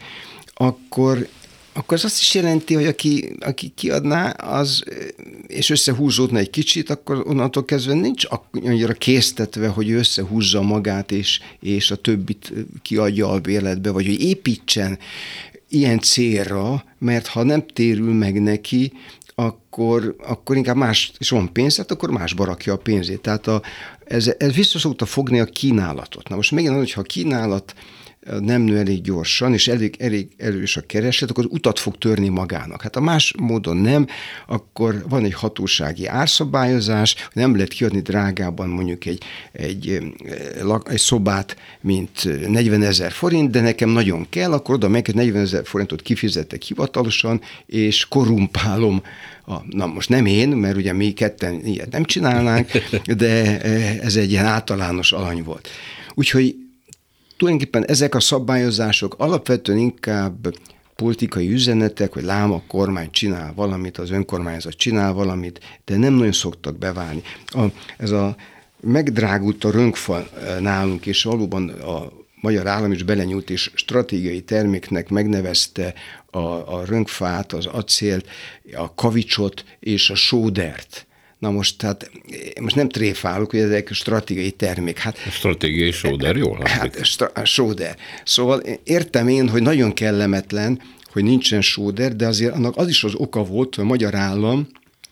akkor, akkor az azt is jelenti, hogy aki, aki kiadná, az, és összehúzódna egy kicsit, akkor onnantól kezdve nincs annyira késztetve, hogy összehúzza magát, és, és a többit kiadja albérletbe, vagy hogy építsen ilyen célra, mert ha nem térül meg neki, akkor, akkor inkább más, és van pénz, hát akkor másba rakja a pénzét. Tehát a, ez, ez vissza szokta fogni a kínálatot. Na most megint, hogyha a kínálat nem nő elég gyorsan, és elég, elég erős a kereslet, akkor az utat fog törni magának. Hát a más módon nem, akkor van egy hatósági árszabályozás, nem lehet kiadni drágában mondjuk egy, egy, egy szobát, mint negyvenezer forint, de nekem nagyon kell, akkor oda meg negyvenezer forintot kifizettek hivatalosan, és korrumpálom. A, na most nem én, mert ugye mi ketten ilyet nem csinálnánk, de ez egy ilyen általános alany volt. Úgyhogy tulajdonképpen ezek a szabályozások alapvetően inkább politikai üzenetek, hogy lám a kormány csinál valamit, az önkormányzat csinál valamit, de nem nagyon szoktak beválni. A, ez a megdrágult a rönkfa nálunk, és valóban a magyar állam is belenyúlt, és stratégiai terméknek megnevezte a, a rönkfát, az acélt, a kavicsot és a sódert. Na most, tehát most nem tréfálok, hogy ezek stratégiai termék. Hát, a stratégiai sóder, jól hangzik. Hát stra- sóder. Szóval értem én, hogy nagyon kellemetlen, hogy nincsen sóder, de azért annak az is az oka volt, hogy a magyar állam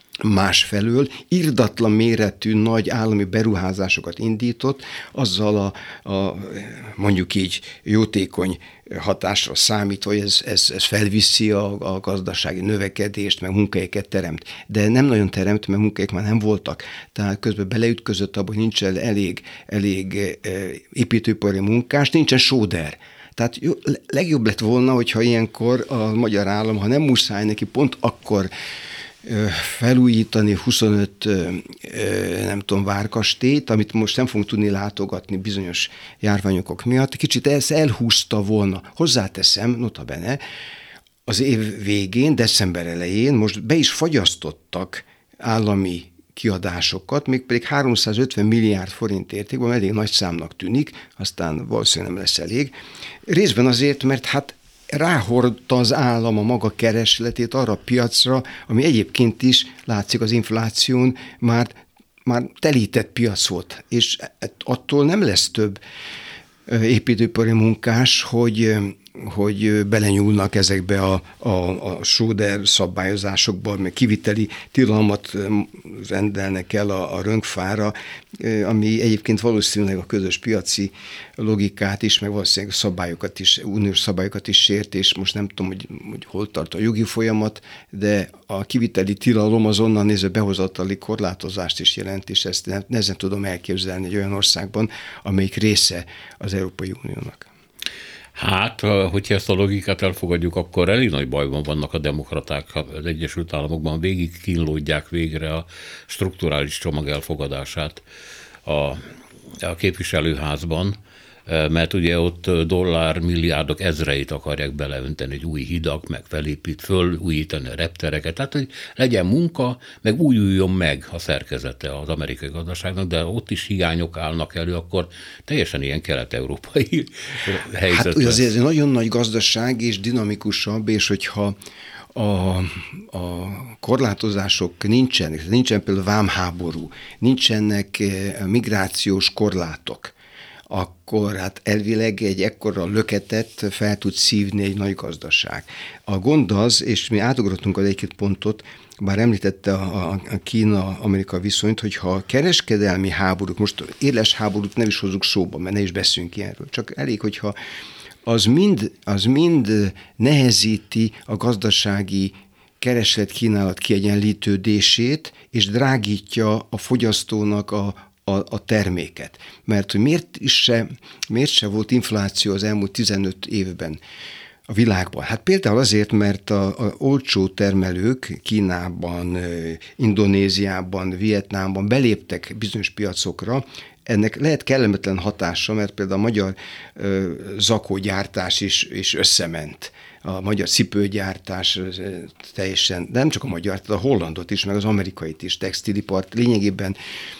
másfelől irdatlan méretű nagy állami beruházásokat indított, azzal a, a mondjuk így jótékony hatásra számít, hogy ez, ez, ez felviszi a, a gazdasági növekedést, meg munkahelyeket teremt. De nem nagyon teremt, mert munkahelyek már nem voltak. Tehát közben beleütközött abban, hogy nincs elég, elég építőipari munkás, nincsen sóder. Tehát jó, legjobb lett volna, hogyha ilyenkor a magyar állam, ha nem muszáj neki, pont akkor felújítani huszonöt, nem tudom, várkastélyt, amit most nem fogunk tudni látogatni bizonyos járványokok miatt. Kicsit ez elhúzta volna. Hozzáteszem, notabene, az év végén, december elején most be is fagyasztottak állami kiadásokat, mégpedig háromszázötven milliárd forint értékben, elég nagy számnak tűnik, aztán valószínűleg nem lesz elég. Részben azért, mert hát ráhordta az állam a maga keresletét arra a piacra, ami egyébként is látszik az infláción, már, már telített piac volt, és attól nem lesz több építőipari munkás, hogy hogy belenyúlnak ezekbe a, a, a Schröder szabályozásokba, meg kiviteli tilalmat rendelnek el a, a rönkfára, ami egyébként valószínűleg a közös piaci logikát is, meg valószínűleg szabályokat is, uniós szabályokat is sért, és most nem tudom, hogy, hogy hol tart a jogi folyamat, de a kiviteli tilalom az onnan nézve behozatali korlátozást is jelent, és ezt nehezen tudom elképzelni egy olyan országban, amelyik része az Európai Uniónak. Hát, hogyha ezt a logikát elfogadjuk, akkor elég nagy bajban vannak a demokraták. Az Egyesült Államokban végig kínlódják végre a strukturális csomag elfogadását a, a képviselőházban, mert ugye ott dollár milliárdok ezreit akarják beleönteni, egy új hidak, meg felépít, fölújítani a reptereket, tehát hogy legyen munka, meg újuljon meg a szerkezete az amerikai gazdaságnak, de ott is hiányok állnak elő, akkor teljesen ilyen kelet-európai helyzet. Hát ugye azért nagyon nagy gazdaság és dinamikusabb, és hogyha A, a korlátozások nincsenek, nincsen például vámháború, nincsenek migrációs korlátok, akkor hát elvileg egy ekkora löketet fel tud szívni egy nagy gazdaság. A gond az, és mi átugrottunk az egy-két pontot, bár említette a, a Kína-Amerika viszonyt, hogyha a kereskedelmi háborúk, most éles háborút nem is hozzuk szóba, mert ne is beszélünk ilyenről, csak elég, hogyha az mind, az mind nehezíti a gazdasági kereslet-kínálat kiegyenlítődését, és drágítja a fogyasztónak a A, a terméket. Mert hogy miért is se, miért se volt infláció az elmúlt tizenöt évben a világban? Hát például azért, mert a, a olcsó termelők Kínában, Indonéziában, Vietnámban beléptek bizonyos piacokra, ennek lehet kellemetlen hatása, mert például a magyar ö, zakógyártás is, is összement. A magyar cipőgyártás teljesen, de nem csak a magyar, a hollandot is, meg az amerikait is, textilipart lényegében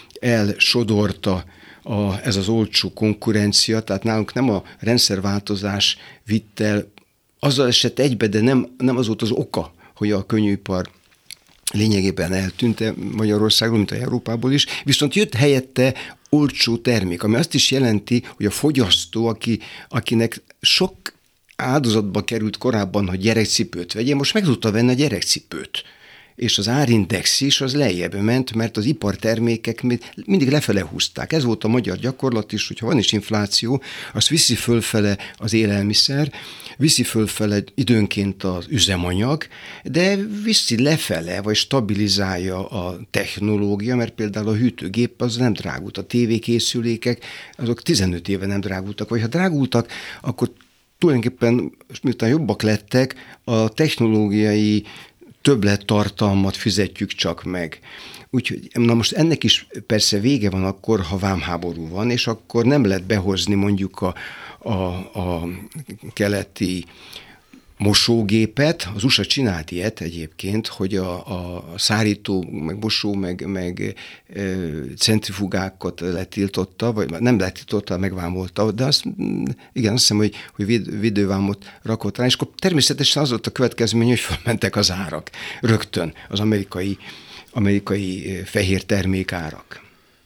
elsodorta a, ez az olcsó konkurencia, tehát nálunk nem a rendszerváltozás vitt el, azzal esett egybe, de nem, nem az volt az oka, hogy a könnyűipar lényegében eltűnt Magyarországról, mint a Európából is, viszont jött helyette olcsó termék, ami azt is jelenti, hogy a fogyasztó, aki, akinek sok áldozatba került korábban, hogy gyerekcipőt vegye, most meg tudta venni a gyerekcipőt. És az árindex is az lejjebb ment, mert az ipartermékek mindig lefele húzták. Ez volt a magyar gyakorlat is, hogyha van is infláció, az viszi fölfele az élelmiszer, viszi fölfele időnként az üzemanyag, de viszi lefele, vagy stabilizálja a technológia, mert például a hűtőgép az nem drágult, a tévékészülékek azok tizenöt éve nem drágultak, vagy ha drágultak, akkor tulajdonképpen, miután jobbak lettek, a technológiai többlettartalmat fizetjük csak meg. Úgyhogy na most ennek is persze vége van akkor, ha vámháború van, és akkor nem lehet behozni mondjuk a, a, a keleti mosógépet. Az u es á csinált ilyet egyébként, hogy a, a szárító, meg mosó, meg, meg e, centrifugákat letiltotta, vagy nem letiltotta, megvámolta, de azt, igen, azt hiszem, hogy, hogy véd, védővámot rakott rá, és akkor természetesen az volt a következmény, hogy felmentek az árak rögtön, az amerikai, amerikai fehér termék árak.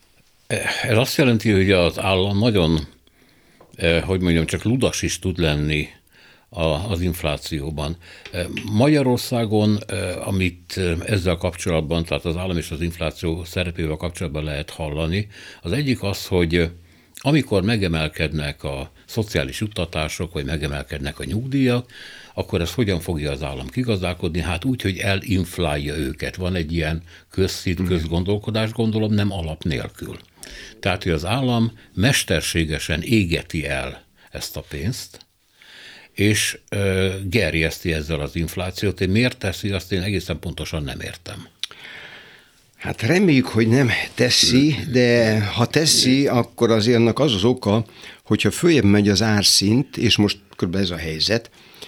Ez azt jelenti, hogy az állam nagyon, hogy mondjam, csak ludas is tud lenni az inflációban. Magyarországon, amit ezzel kapcsolatban, tehát az állam és az infláció szerepével kapcsolatban lehet hallani, az egyik az, hogy amikor megemelkednek a szociális juttatások, vagy megemelkednek a nyugdíjak, akkor ez hogyan fogja az állam kigazdálkodni? Hát úgy, hogy elinflálja őket. Van egy ilyen közszint, közgondolkodás, gondolom, nem alap nélkül. Tehát, hogy az állam mesterségesen égeti el ezt a pénzt, és ö, gerjeszti ezzel az inflációt. Én miért teszi, azt én egészen pontosan nem értem. Hát reméljük, hogy nem teszi, de ha teszi, akkor azért annak az az oka, hogyha följebb megy az árszint, és most kb. Ez a helyzet,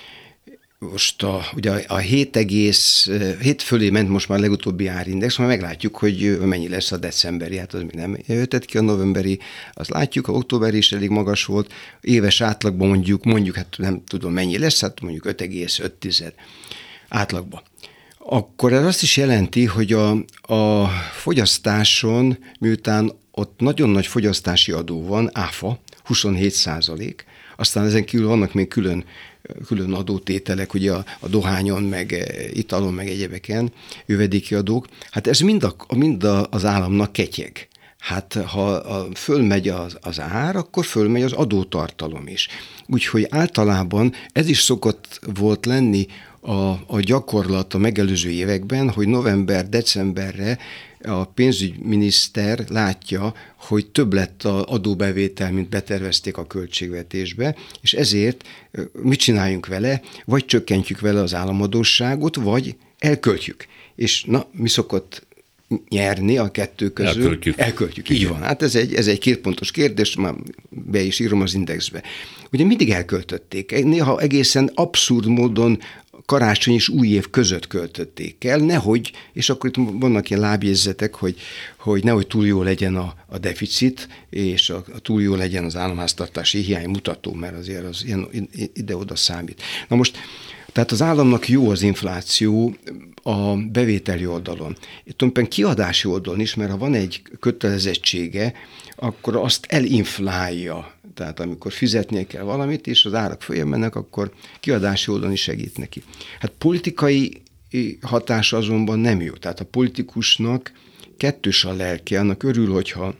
most a, ugye a hét egész hét fölé ment most már a legutóbbi árindex, majd meglátjuk, hogy mennyi lesz a decemberi, hát az még nem jöhetett ki, a novemberi, azt látjuk, a októberi is elég magas volt, éves átlagban mondjuk, mondjuk, hát nem tudom mennyi lesz, hát mondjuk öt egész öt átlagban. Akkor ez azt is jelenti, hogy a, a fogyasztáson, miután ott nagyon nagy fogyasztási adó van, áfa, huszonhét százalék, aztán ezen kívül vannak még külön, külön adótételek, ugye a, a dohányon, meg italon, meg egyebeken, jövedéki adók. Hát ez mind, a, mind a, az államnak ketyeg. Hát ha a, fölmegy az, az ár, akkor fölmegy az adótartalom is. Úgyhogy általában ez is szokott volt lenni a, a gyakorlat a megelőző években, hogy november-decemberre a pénzügyminiszter látja, hogy több lett az adóbevétel, mint betervezték a költségvetésbe, és ezért mit csináljunk vele? Vagy csökkentjük vele az államadósságot, vagy elköltjük. És na, mi szokott nyerni a kettő közül? Elköltjük. Elköltjük, így van. Hát ez egy, ez egy kétpontos kérdés, már be is írom az indexbe. Ugye mindig elköltötték, néha egészen abszurd módon karácsony és új év között költötték el, nehogy, és akkor itt vannak ilyen lábjegyzetek, hogy, hogy nehogy túl jó legyen a, a deficit, és a, a túl jó legyen az államháztartási hiány mutató, mert azért az ilyen ide-oda számít. Na most, tehát az államnak jó az infláció a bevételi oldalon. Itt tulajdonképpen kiadási oldalon is, mert ha van egy kötelezettsége, akkor azt elinflálja. Tehát amikor fizetnie kell valamit, és az árak följebb mennek, akkor kiadási oldalon is segít neki. Hát politikai hatása azonban nem jó. Tehát a politikusnak kettős a lelke, annak örül, hogyha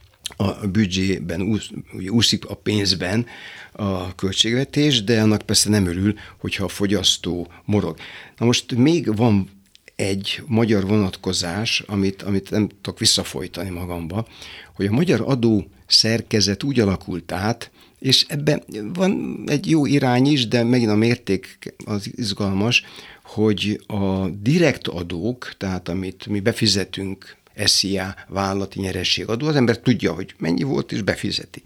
a büdzsében úsz, úszik a pénzben a költségvetés, de annak persze nem örül, hogyha a fogyasztó morog. Na most még van egy magyar vonatkozás, amit, amit nem tudok visszafolytani magamba, hogy a magyar adó szerkezet úgy alakult át, és ebben van egy jó irány is, de megint a mérték az izgalmas, hogy a direkt adók, tehát amit mi befizetünk, es zé á, vállalati nyerességadó, az ember tudja, hogy mennyi volt, és befizeti.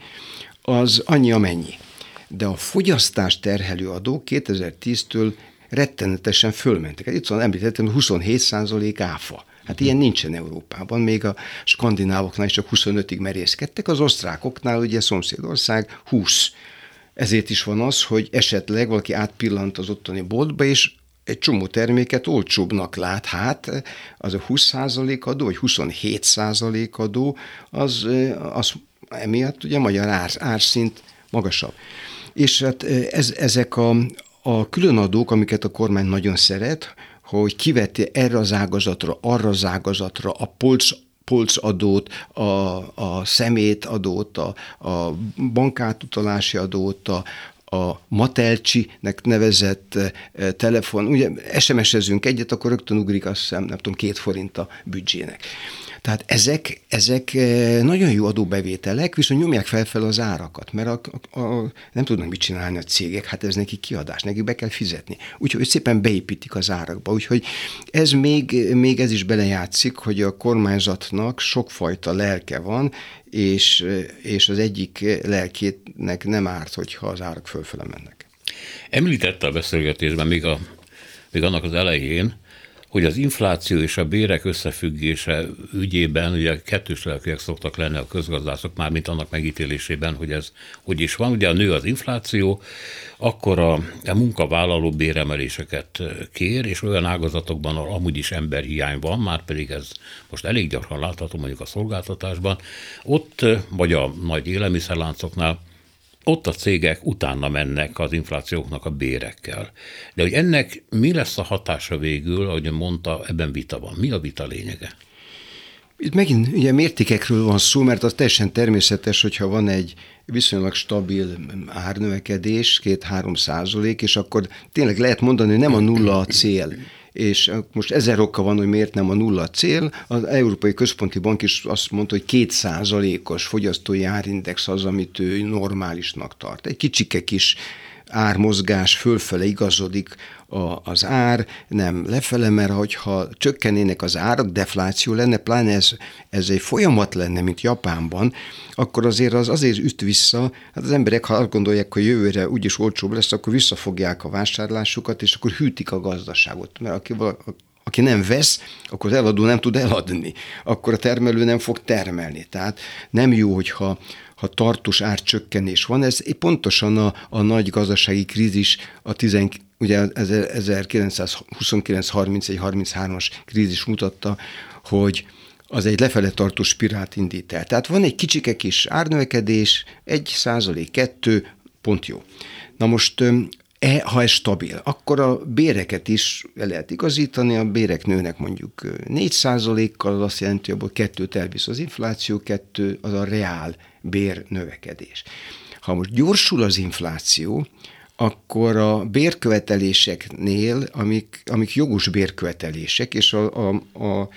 Az annyi, amennyi. De a fogyasztás terhelő adók kétezer-tíztől rettenetesen fölmentek. Itt van, említettem, huszonhét százalék áfa. Hát ilyen nincsen Európában, még a skandinávoknál is csak huszonötig merészkedtek, az osztrákoknál, ugye szomszédország húsz. Ezért is van az, hogy esetleg valaki átpillant az ottani boltba, és egy csomó terméket olcsóbbnak lát. Hát az a húsz százalék adó, vagy huszonhét százalék adó, az, az emiatt ugye a magyar ár, árszint magasabb. És hát ez, ezek a, a különadók, amiket a kormány nagyon szeret, hogy kiveti erre az ágazatra, arra az ágazatra a polc, polcadót, a, a szemétadót, a, a bankátutalási adót, a, a Matelcsi-nek nevezett telefon, ugye es em es-ezünk egyet, akkor rögtön ugrik, azt hiszem, nem tudom, két forint a büdzsének. Tehát ezek, ezek nagyon jó adóbevételek, viszont nyomják felfel az árakat, mert a, a, a, nem tudnak mit csinálni a cégek, hát ez neki kiadás, neki be kell fizetni. Úgyhogy szépen beépítik az árakba. Úgyhogy ez még, még ez is belejátszik, hogy a kormányzatnak sokfajta lelke van, és, és az egyik lelkének nem árt, hogyha az árak fölfele mennek. Említette a beszélgetésben még, a, még annak az elején, hogy az infláció és a bérek összefüggése ügyében ugye kettős lelkűek szoktak lenni a közgazdászok, már mint annak megítélésében, hogy ez hogy is van. Ugye a nő az infláció, akkor a, a munkavállaló béremeléseket kér, és olyan ágazatokban, ahol amúgy is emberhiány van, már pedig ez most elég gyakran látható mondjuk a szolgáltatásban, ott, vagy a nagy élelmiszerláncoknál, ott a cégek utána mennek az inflációknak a bérekkel. De hogy ennek mi lesz a hatása végül, ahogy mondta, ebben vita van. Mi a vita lényege? Itt megint ugye mértékekről van szó, mert az teljesen természetes, hogyha van egy viszonylag stabil árnövekedés, két-három százalék, és akkor tényleg lehet mondani, hogy nem a nulla a cél. És most ezer oka van, hogy miért nem a nulla cél. Az Európai Központi Bank is azt mondta, hogy két százalékos fogyasztói árindex az, amit ő normálisnak tart. Egy kicsike kis ármozgás fölfele igazodik a, az ár, nem lefele, mert hogyha csökkennének az árak, defláció lenne, pláne ez, ez egy folyamat lenne, mint Japánban, akkor azért az azért üt vissza, hát az emberek, ha azt gondolják, hogy jövőre úgyis olcsóbb lesz, akkor visszafogják a vásárlásukat, és akkor hűtik a gazdaságot, mert aki Aki nem vesz, akkor az eladó nem tud eladni, akkor a termelő nem fog termelni. Tehát nem jó, hogyha ha tartós árcsökkenés van. Ez pontosan a, a nagy gazdasági krízis, a tizen, ugye ezerkilencszázhuszonkilenc harmincegy harminchárom-as krízis mutatta, hogy az egy lefele tartó spirált indít el. Tehát van egy kicsike kis árnövekedés, egy százalék, kettő, pont jó. Na most E, ha ez stabil, akkor a béreket is el lehet igazítani, a bérek nőnek mondjuk négy százalékkal, az azt jelenti, hogy abból kettőt elvisz az infláció, kettő az a reál bér növekedés. Ha most gyorsul az infláció, akkor a bérköveteléseknél, amik, amik jogos bérkövetelések, és a, a, a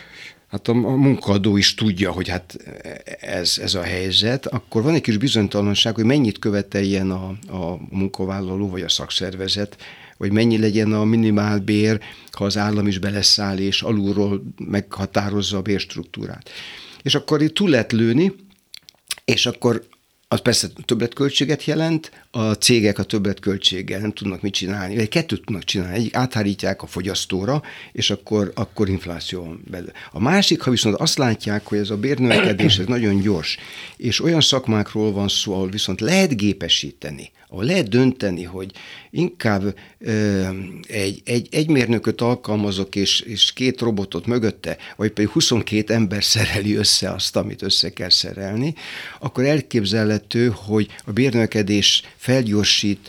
Hát a munkaadó is tudja, hogy hát ez, ez a helyzet, akkor van egy kis bizonytalanság, hogy mennyit követeljen a, a munkavállaló vagy a szakszervezet, vagy mennyi legyen a minimálbér, ha az állam is beleszáll és alulról meghatározza a bérstruktúrát. És akkor itt túl lehet lőni, és akkor az persze többletköltséget jelent, a cégek a többletköltséggel nem tudnak mit csinálni, vagy kettőt tudnak csinálni, egyik áthárítják a fogyasztóra, és akkor, akkor infláció van belőle. A másik, ha viszont azt látják, hogy ez a bérnövekedés ez nagyon gyors, és olyan szakmákról van szó, ahol viszont lehet gépesíteni, ahol lehet dönteni, hogy inkább ö, egy, egy, egy mérnököt alkalmazok, és, és két robotot mögötte, vagy pedig huszonkét ember szereli össze azt, amit össze kell szerelni, akkor elképzelhető, hogy a bérnövekedés felgyorsít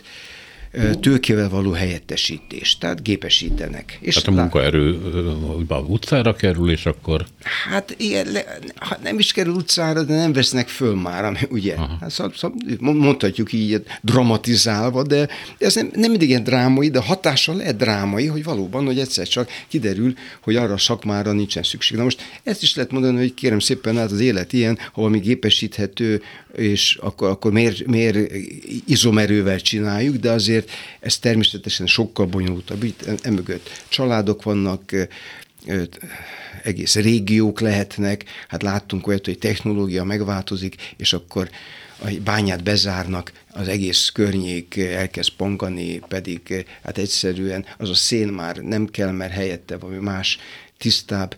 tőkével való helyettesítés, tehát gépesítenek. És hát a munkaerő a utcára kerül, és akkor... Hát ilyen, hát nem is kerül utcára, de nem vesznek föl már, ugye? Hát, szab, szab, mondhatjuk így dramatizálva, de ez nem, nem mindig ilyen drámai, de hatása lehet drámai, hogy valóban, hogy egyszer csak kiderül, hogy arra a szakmára nincsen szükség. Na most ezt is lehet mondani, hogy kérem szépen, hát az élet ilyen, ha valami gépesíthető, és akkor, akkor miért, miért izomerővel csináljuk, de azért ez természetesen sokkal bonyolultabb. Itt emögött családok vannak, egész régiók lehetnek, hát láttunk olyat, hogy technológia megváltozik, és akkor a bányát bezárnak, az egész környék elkezd pongani, pedig hát egyszerűen az a szén már nem kell, mert helyette valami más, tisztább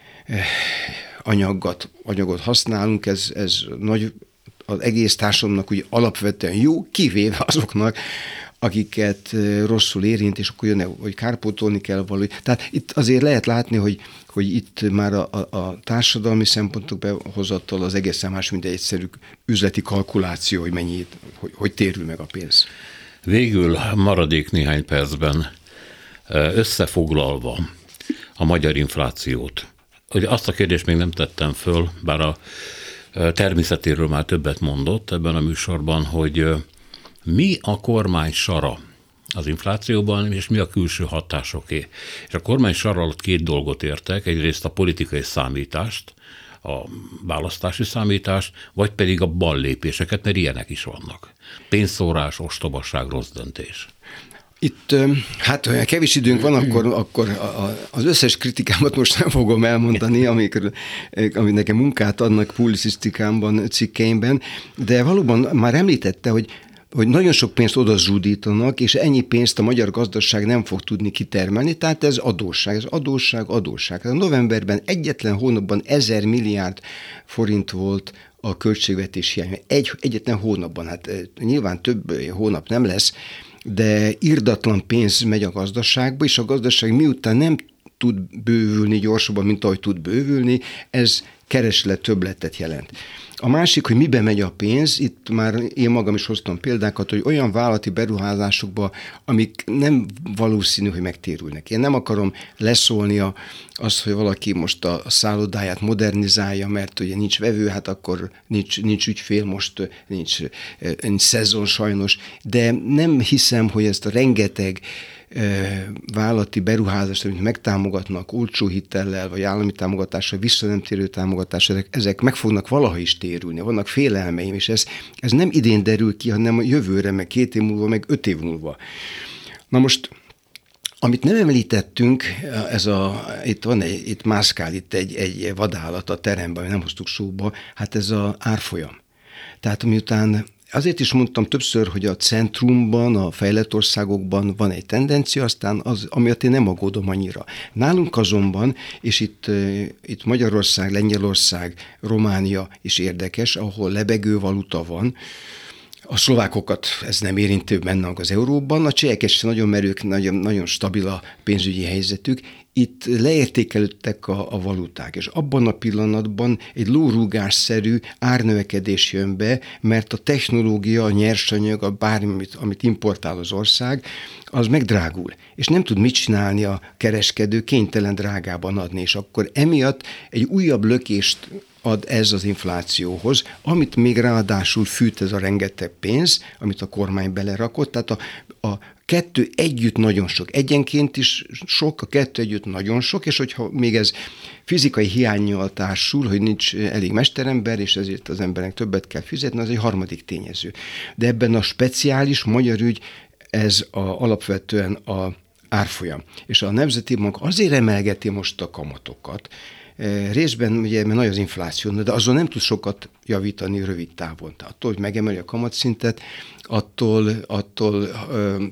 anyagot, anyagot használunk, ez, ez nagy, az egész társadalomnak úgy alapvetően jó, kivéve azoknak, akiket rosszul érint, és akkor jönne, hogy kárpótolni kell valahogy. Tehát itt azért lehet látni, hogy, hogy itt már a, a, a társadalmi szempontok behozattal az egészen más, mint egy egyszerű üzleti kalkuláció, hogy mennyit, hogy, hogy térül meg a pénz. Végül maradék néhány percben összefoglalva a magyar inflációt. Ugye azt a kérdést még nem tettem föl, bár a természetéről már többet mondott ebben a műsorban, hogy mi a kormány sara az inflációban, és mi a külső hatásoké. És a kormány sara alatt két dolgot értek, egyrészt a politikai számítást, a választási számítást, vagy pedig a ballépéseket, mert ilyenek is vannak. Pénzszórás, ostobaság, rossz döntés. Itt, hát olyan kevés időnk van, akkor, akkor az összes kritikámat most nem fogom elmondani, amikor, amit nekem munkát adnak publicisztikámban, cikkeimben, de valóban már említette, hogy hogy nagyon sok pénzt oda zsúdítanak, és ennyi pénzt a magyar gazdaság nem fog tudni kitermelni, tehát ez adósság, ez adósság, adósság. A novemberben egyetlen hónapban ezer milliárd forint volt a költségvetés hiány. Egy, egyetlen hónapban, hát nyilván több hónap nem lesz, de irdatlan pénz megy a gazdaságba, és a gazdaság miután nem tud bővülni gyorsabban, mint ahogy tud bővülni, ez kereslet többletet jelent. A másik, hogy mibe megy a pénz, itt már én magam is hoztam példákat, hogy olyan vállalati beruházásokba, amik nem valószínű, hogy megtérülnek. Én nem akarom leszólni a, azt, hogy valaki most a szállodáját modernizálja, mert ugye nincs vevő, hát akkor nincs, nincs ügyfél, most nincs, nincs szezon sajnos, de nem hiszem, hogy ezt a rengeteg vállalati beruházást, amit megtámogatnak olcsó hitellel, vagy állami támogatással, vissza nem térő támogatással, ezek meg fognak valaha is térni. eltérülni, vannak félelmeim, és ez, ez nem idén derül ki, hanem a jövőre, meg két év múlva, meg öt év múlva. Na most, amit nem említettünk, ez a, itt van egy, itt mászkál itt egy, egy vadállat a teremben, nem hoztuk szóba, hát ez az árfolyam. Tehát miután azért is mondtam többször, hogy a centrumban, a fejlett országokban van egy tendencia, aztán az, amiatt én nem aggódom annyira. Nálunk azonban, és itt, itt Magyarország, Lengyelország, Románia is érdekes, ahol lebegő valuta van, a szlovákokat ez nem érintő benne az euróban, a csehek is nagyon merők, nagyon, nagyon stabil a pénzügyi helyzetük, itt leértékelődtek a, a valuták, és abban a pillanatban egy lórúgásszerű árnövekedés jön be, mert a technológia, a nyersanyag, a bármi, amit, amit importál az ország, az megdrágul, és nem tud mit csinálni a kereskedő, kénytelen drágában adni, és akkor emiatt egy újabb lökést ad ez az inflációhoz, amit még ráadásul fűt ez a rengeteg pénz, amit a kormány belerakott, tehát a, a kettő együtt nagyon sok, egyenként is sok, a kettő együtt nagyon sok, és hogyha még ez fizikai hiánnyal társul, hogy nincs elég mesterember, és ezért az embernek többet kell fizetni, az egy harmadik tényező. De ebben a speciális magyar ügy, ez a, alapvetően a árfolyam. És a Nemzeti Bank azért emelgeti most a kamatokat, részben ugye, mert nagy az infláció, de azon nem tud sokat javítani rövid távon. Tehát attól, hogy megemeli a kamatszintet, attól, attól ö,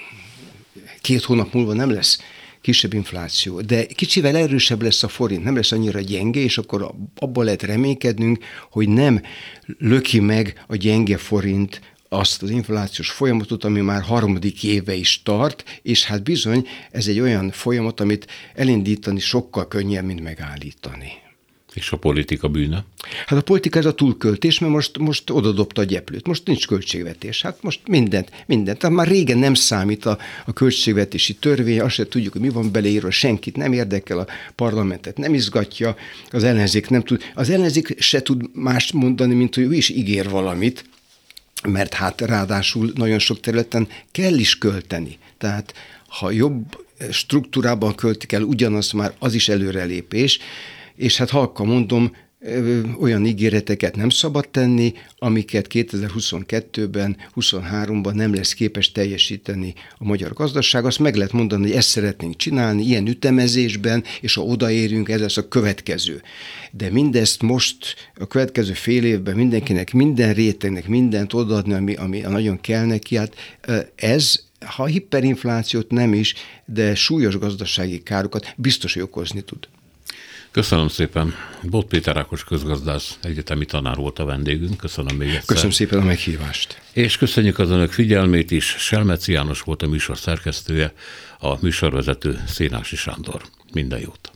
két hónap múlva nem lesz kisebb infláció, de kicsivel erősebb lesz a forint, nem lesz annyira gyenge, és akkor abban lehet reménykednünk, hogy nem löki meg a gyenge forint azt az inflációs folyamatot, ami már harmadik éve is tart, és hát bizony ez egy olyan folyamat, amit elindítani sokkal könnyebb, mint megállítani. És a politika bűne? Hát a politika ez a túlköltés, mert most, most odadobta a gyeplőt, most nincs költségvetés, hát most mindent, mindent. Tehát már régen nem számít a, a költségvetési törvény, azt se tudjuk, hogy mi van beleírva, senkit nem érdekel, a parlamentet nem izgatja, az ellenzék nem tud, az ellenzék se tud mást mondani, mint hogy ő is ígér valamit, mert hát ráadásul nagyon sok területen kell is költeni. Tehát ha jobb struktúrában költik el ugyanazt, már az is előrelépés, és hát halka mondom, olyan ígéreteket nem szabad tenni, amiket kétezer-huszonkettőben, huszonháromban nem lesz képes teljesíteni a magyar gazdaság. Azt meg lehet mondani, hogy ezt szeretnénk csinálni, ilyen ütemezésben, és ha odaérünk, ez lesz a következő. De mindezt most a következő fél évben mindenkinek, minden rétegnek mindent odaadni, ami, ami nagyon kell neki, hát ez, ha hiperinflációt nem is, de súlyos gazdasági károkat biztos, hogy okozni tud. Köszönöm szépen. Bot Péter Ákos közgazdász, egyetemi tanár volt a vendégünk. Köszönöm még egyszer. Köszönöm szépen a meghívást. És köszönjük az önök figyelmét is. Selmeci János volt a műsor szerkesztője, a műsorvezető Szénási Sándor. Minden jót.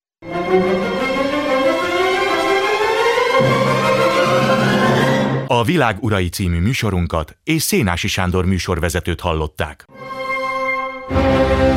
A Világ urai című műsorunkat és Szénási Sándor műsorvezetőt hallották.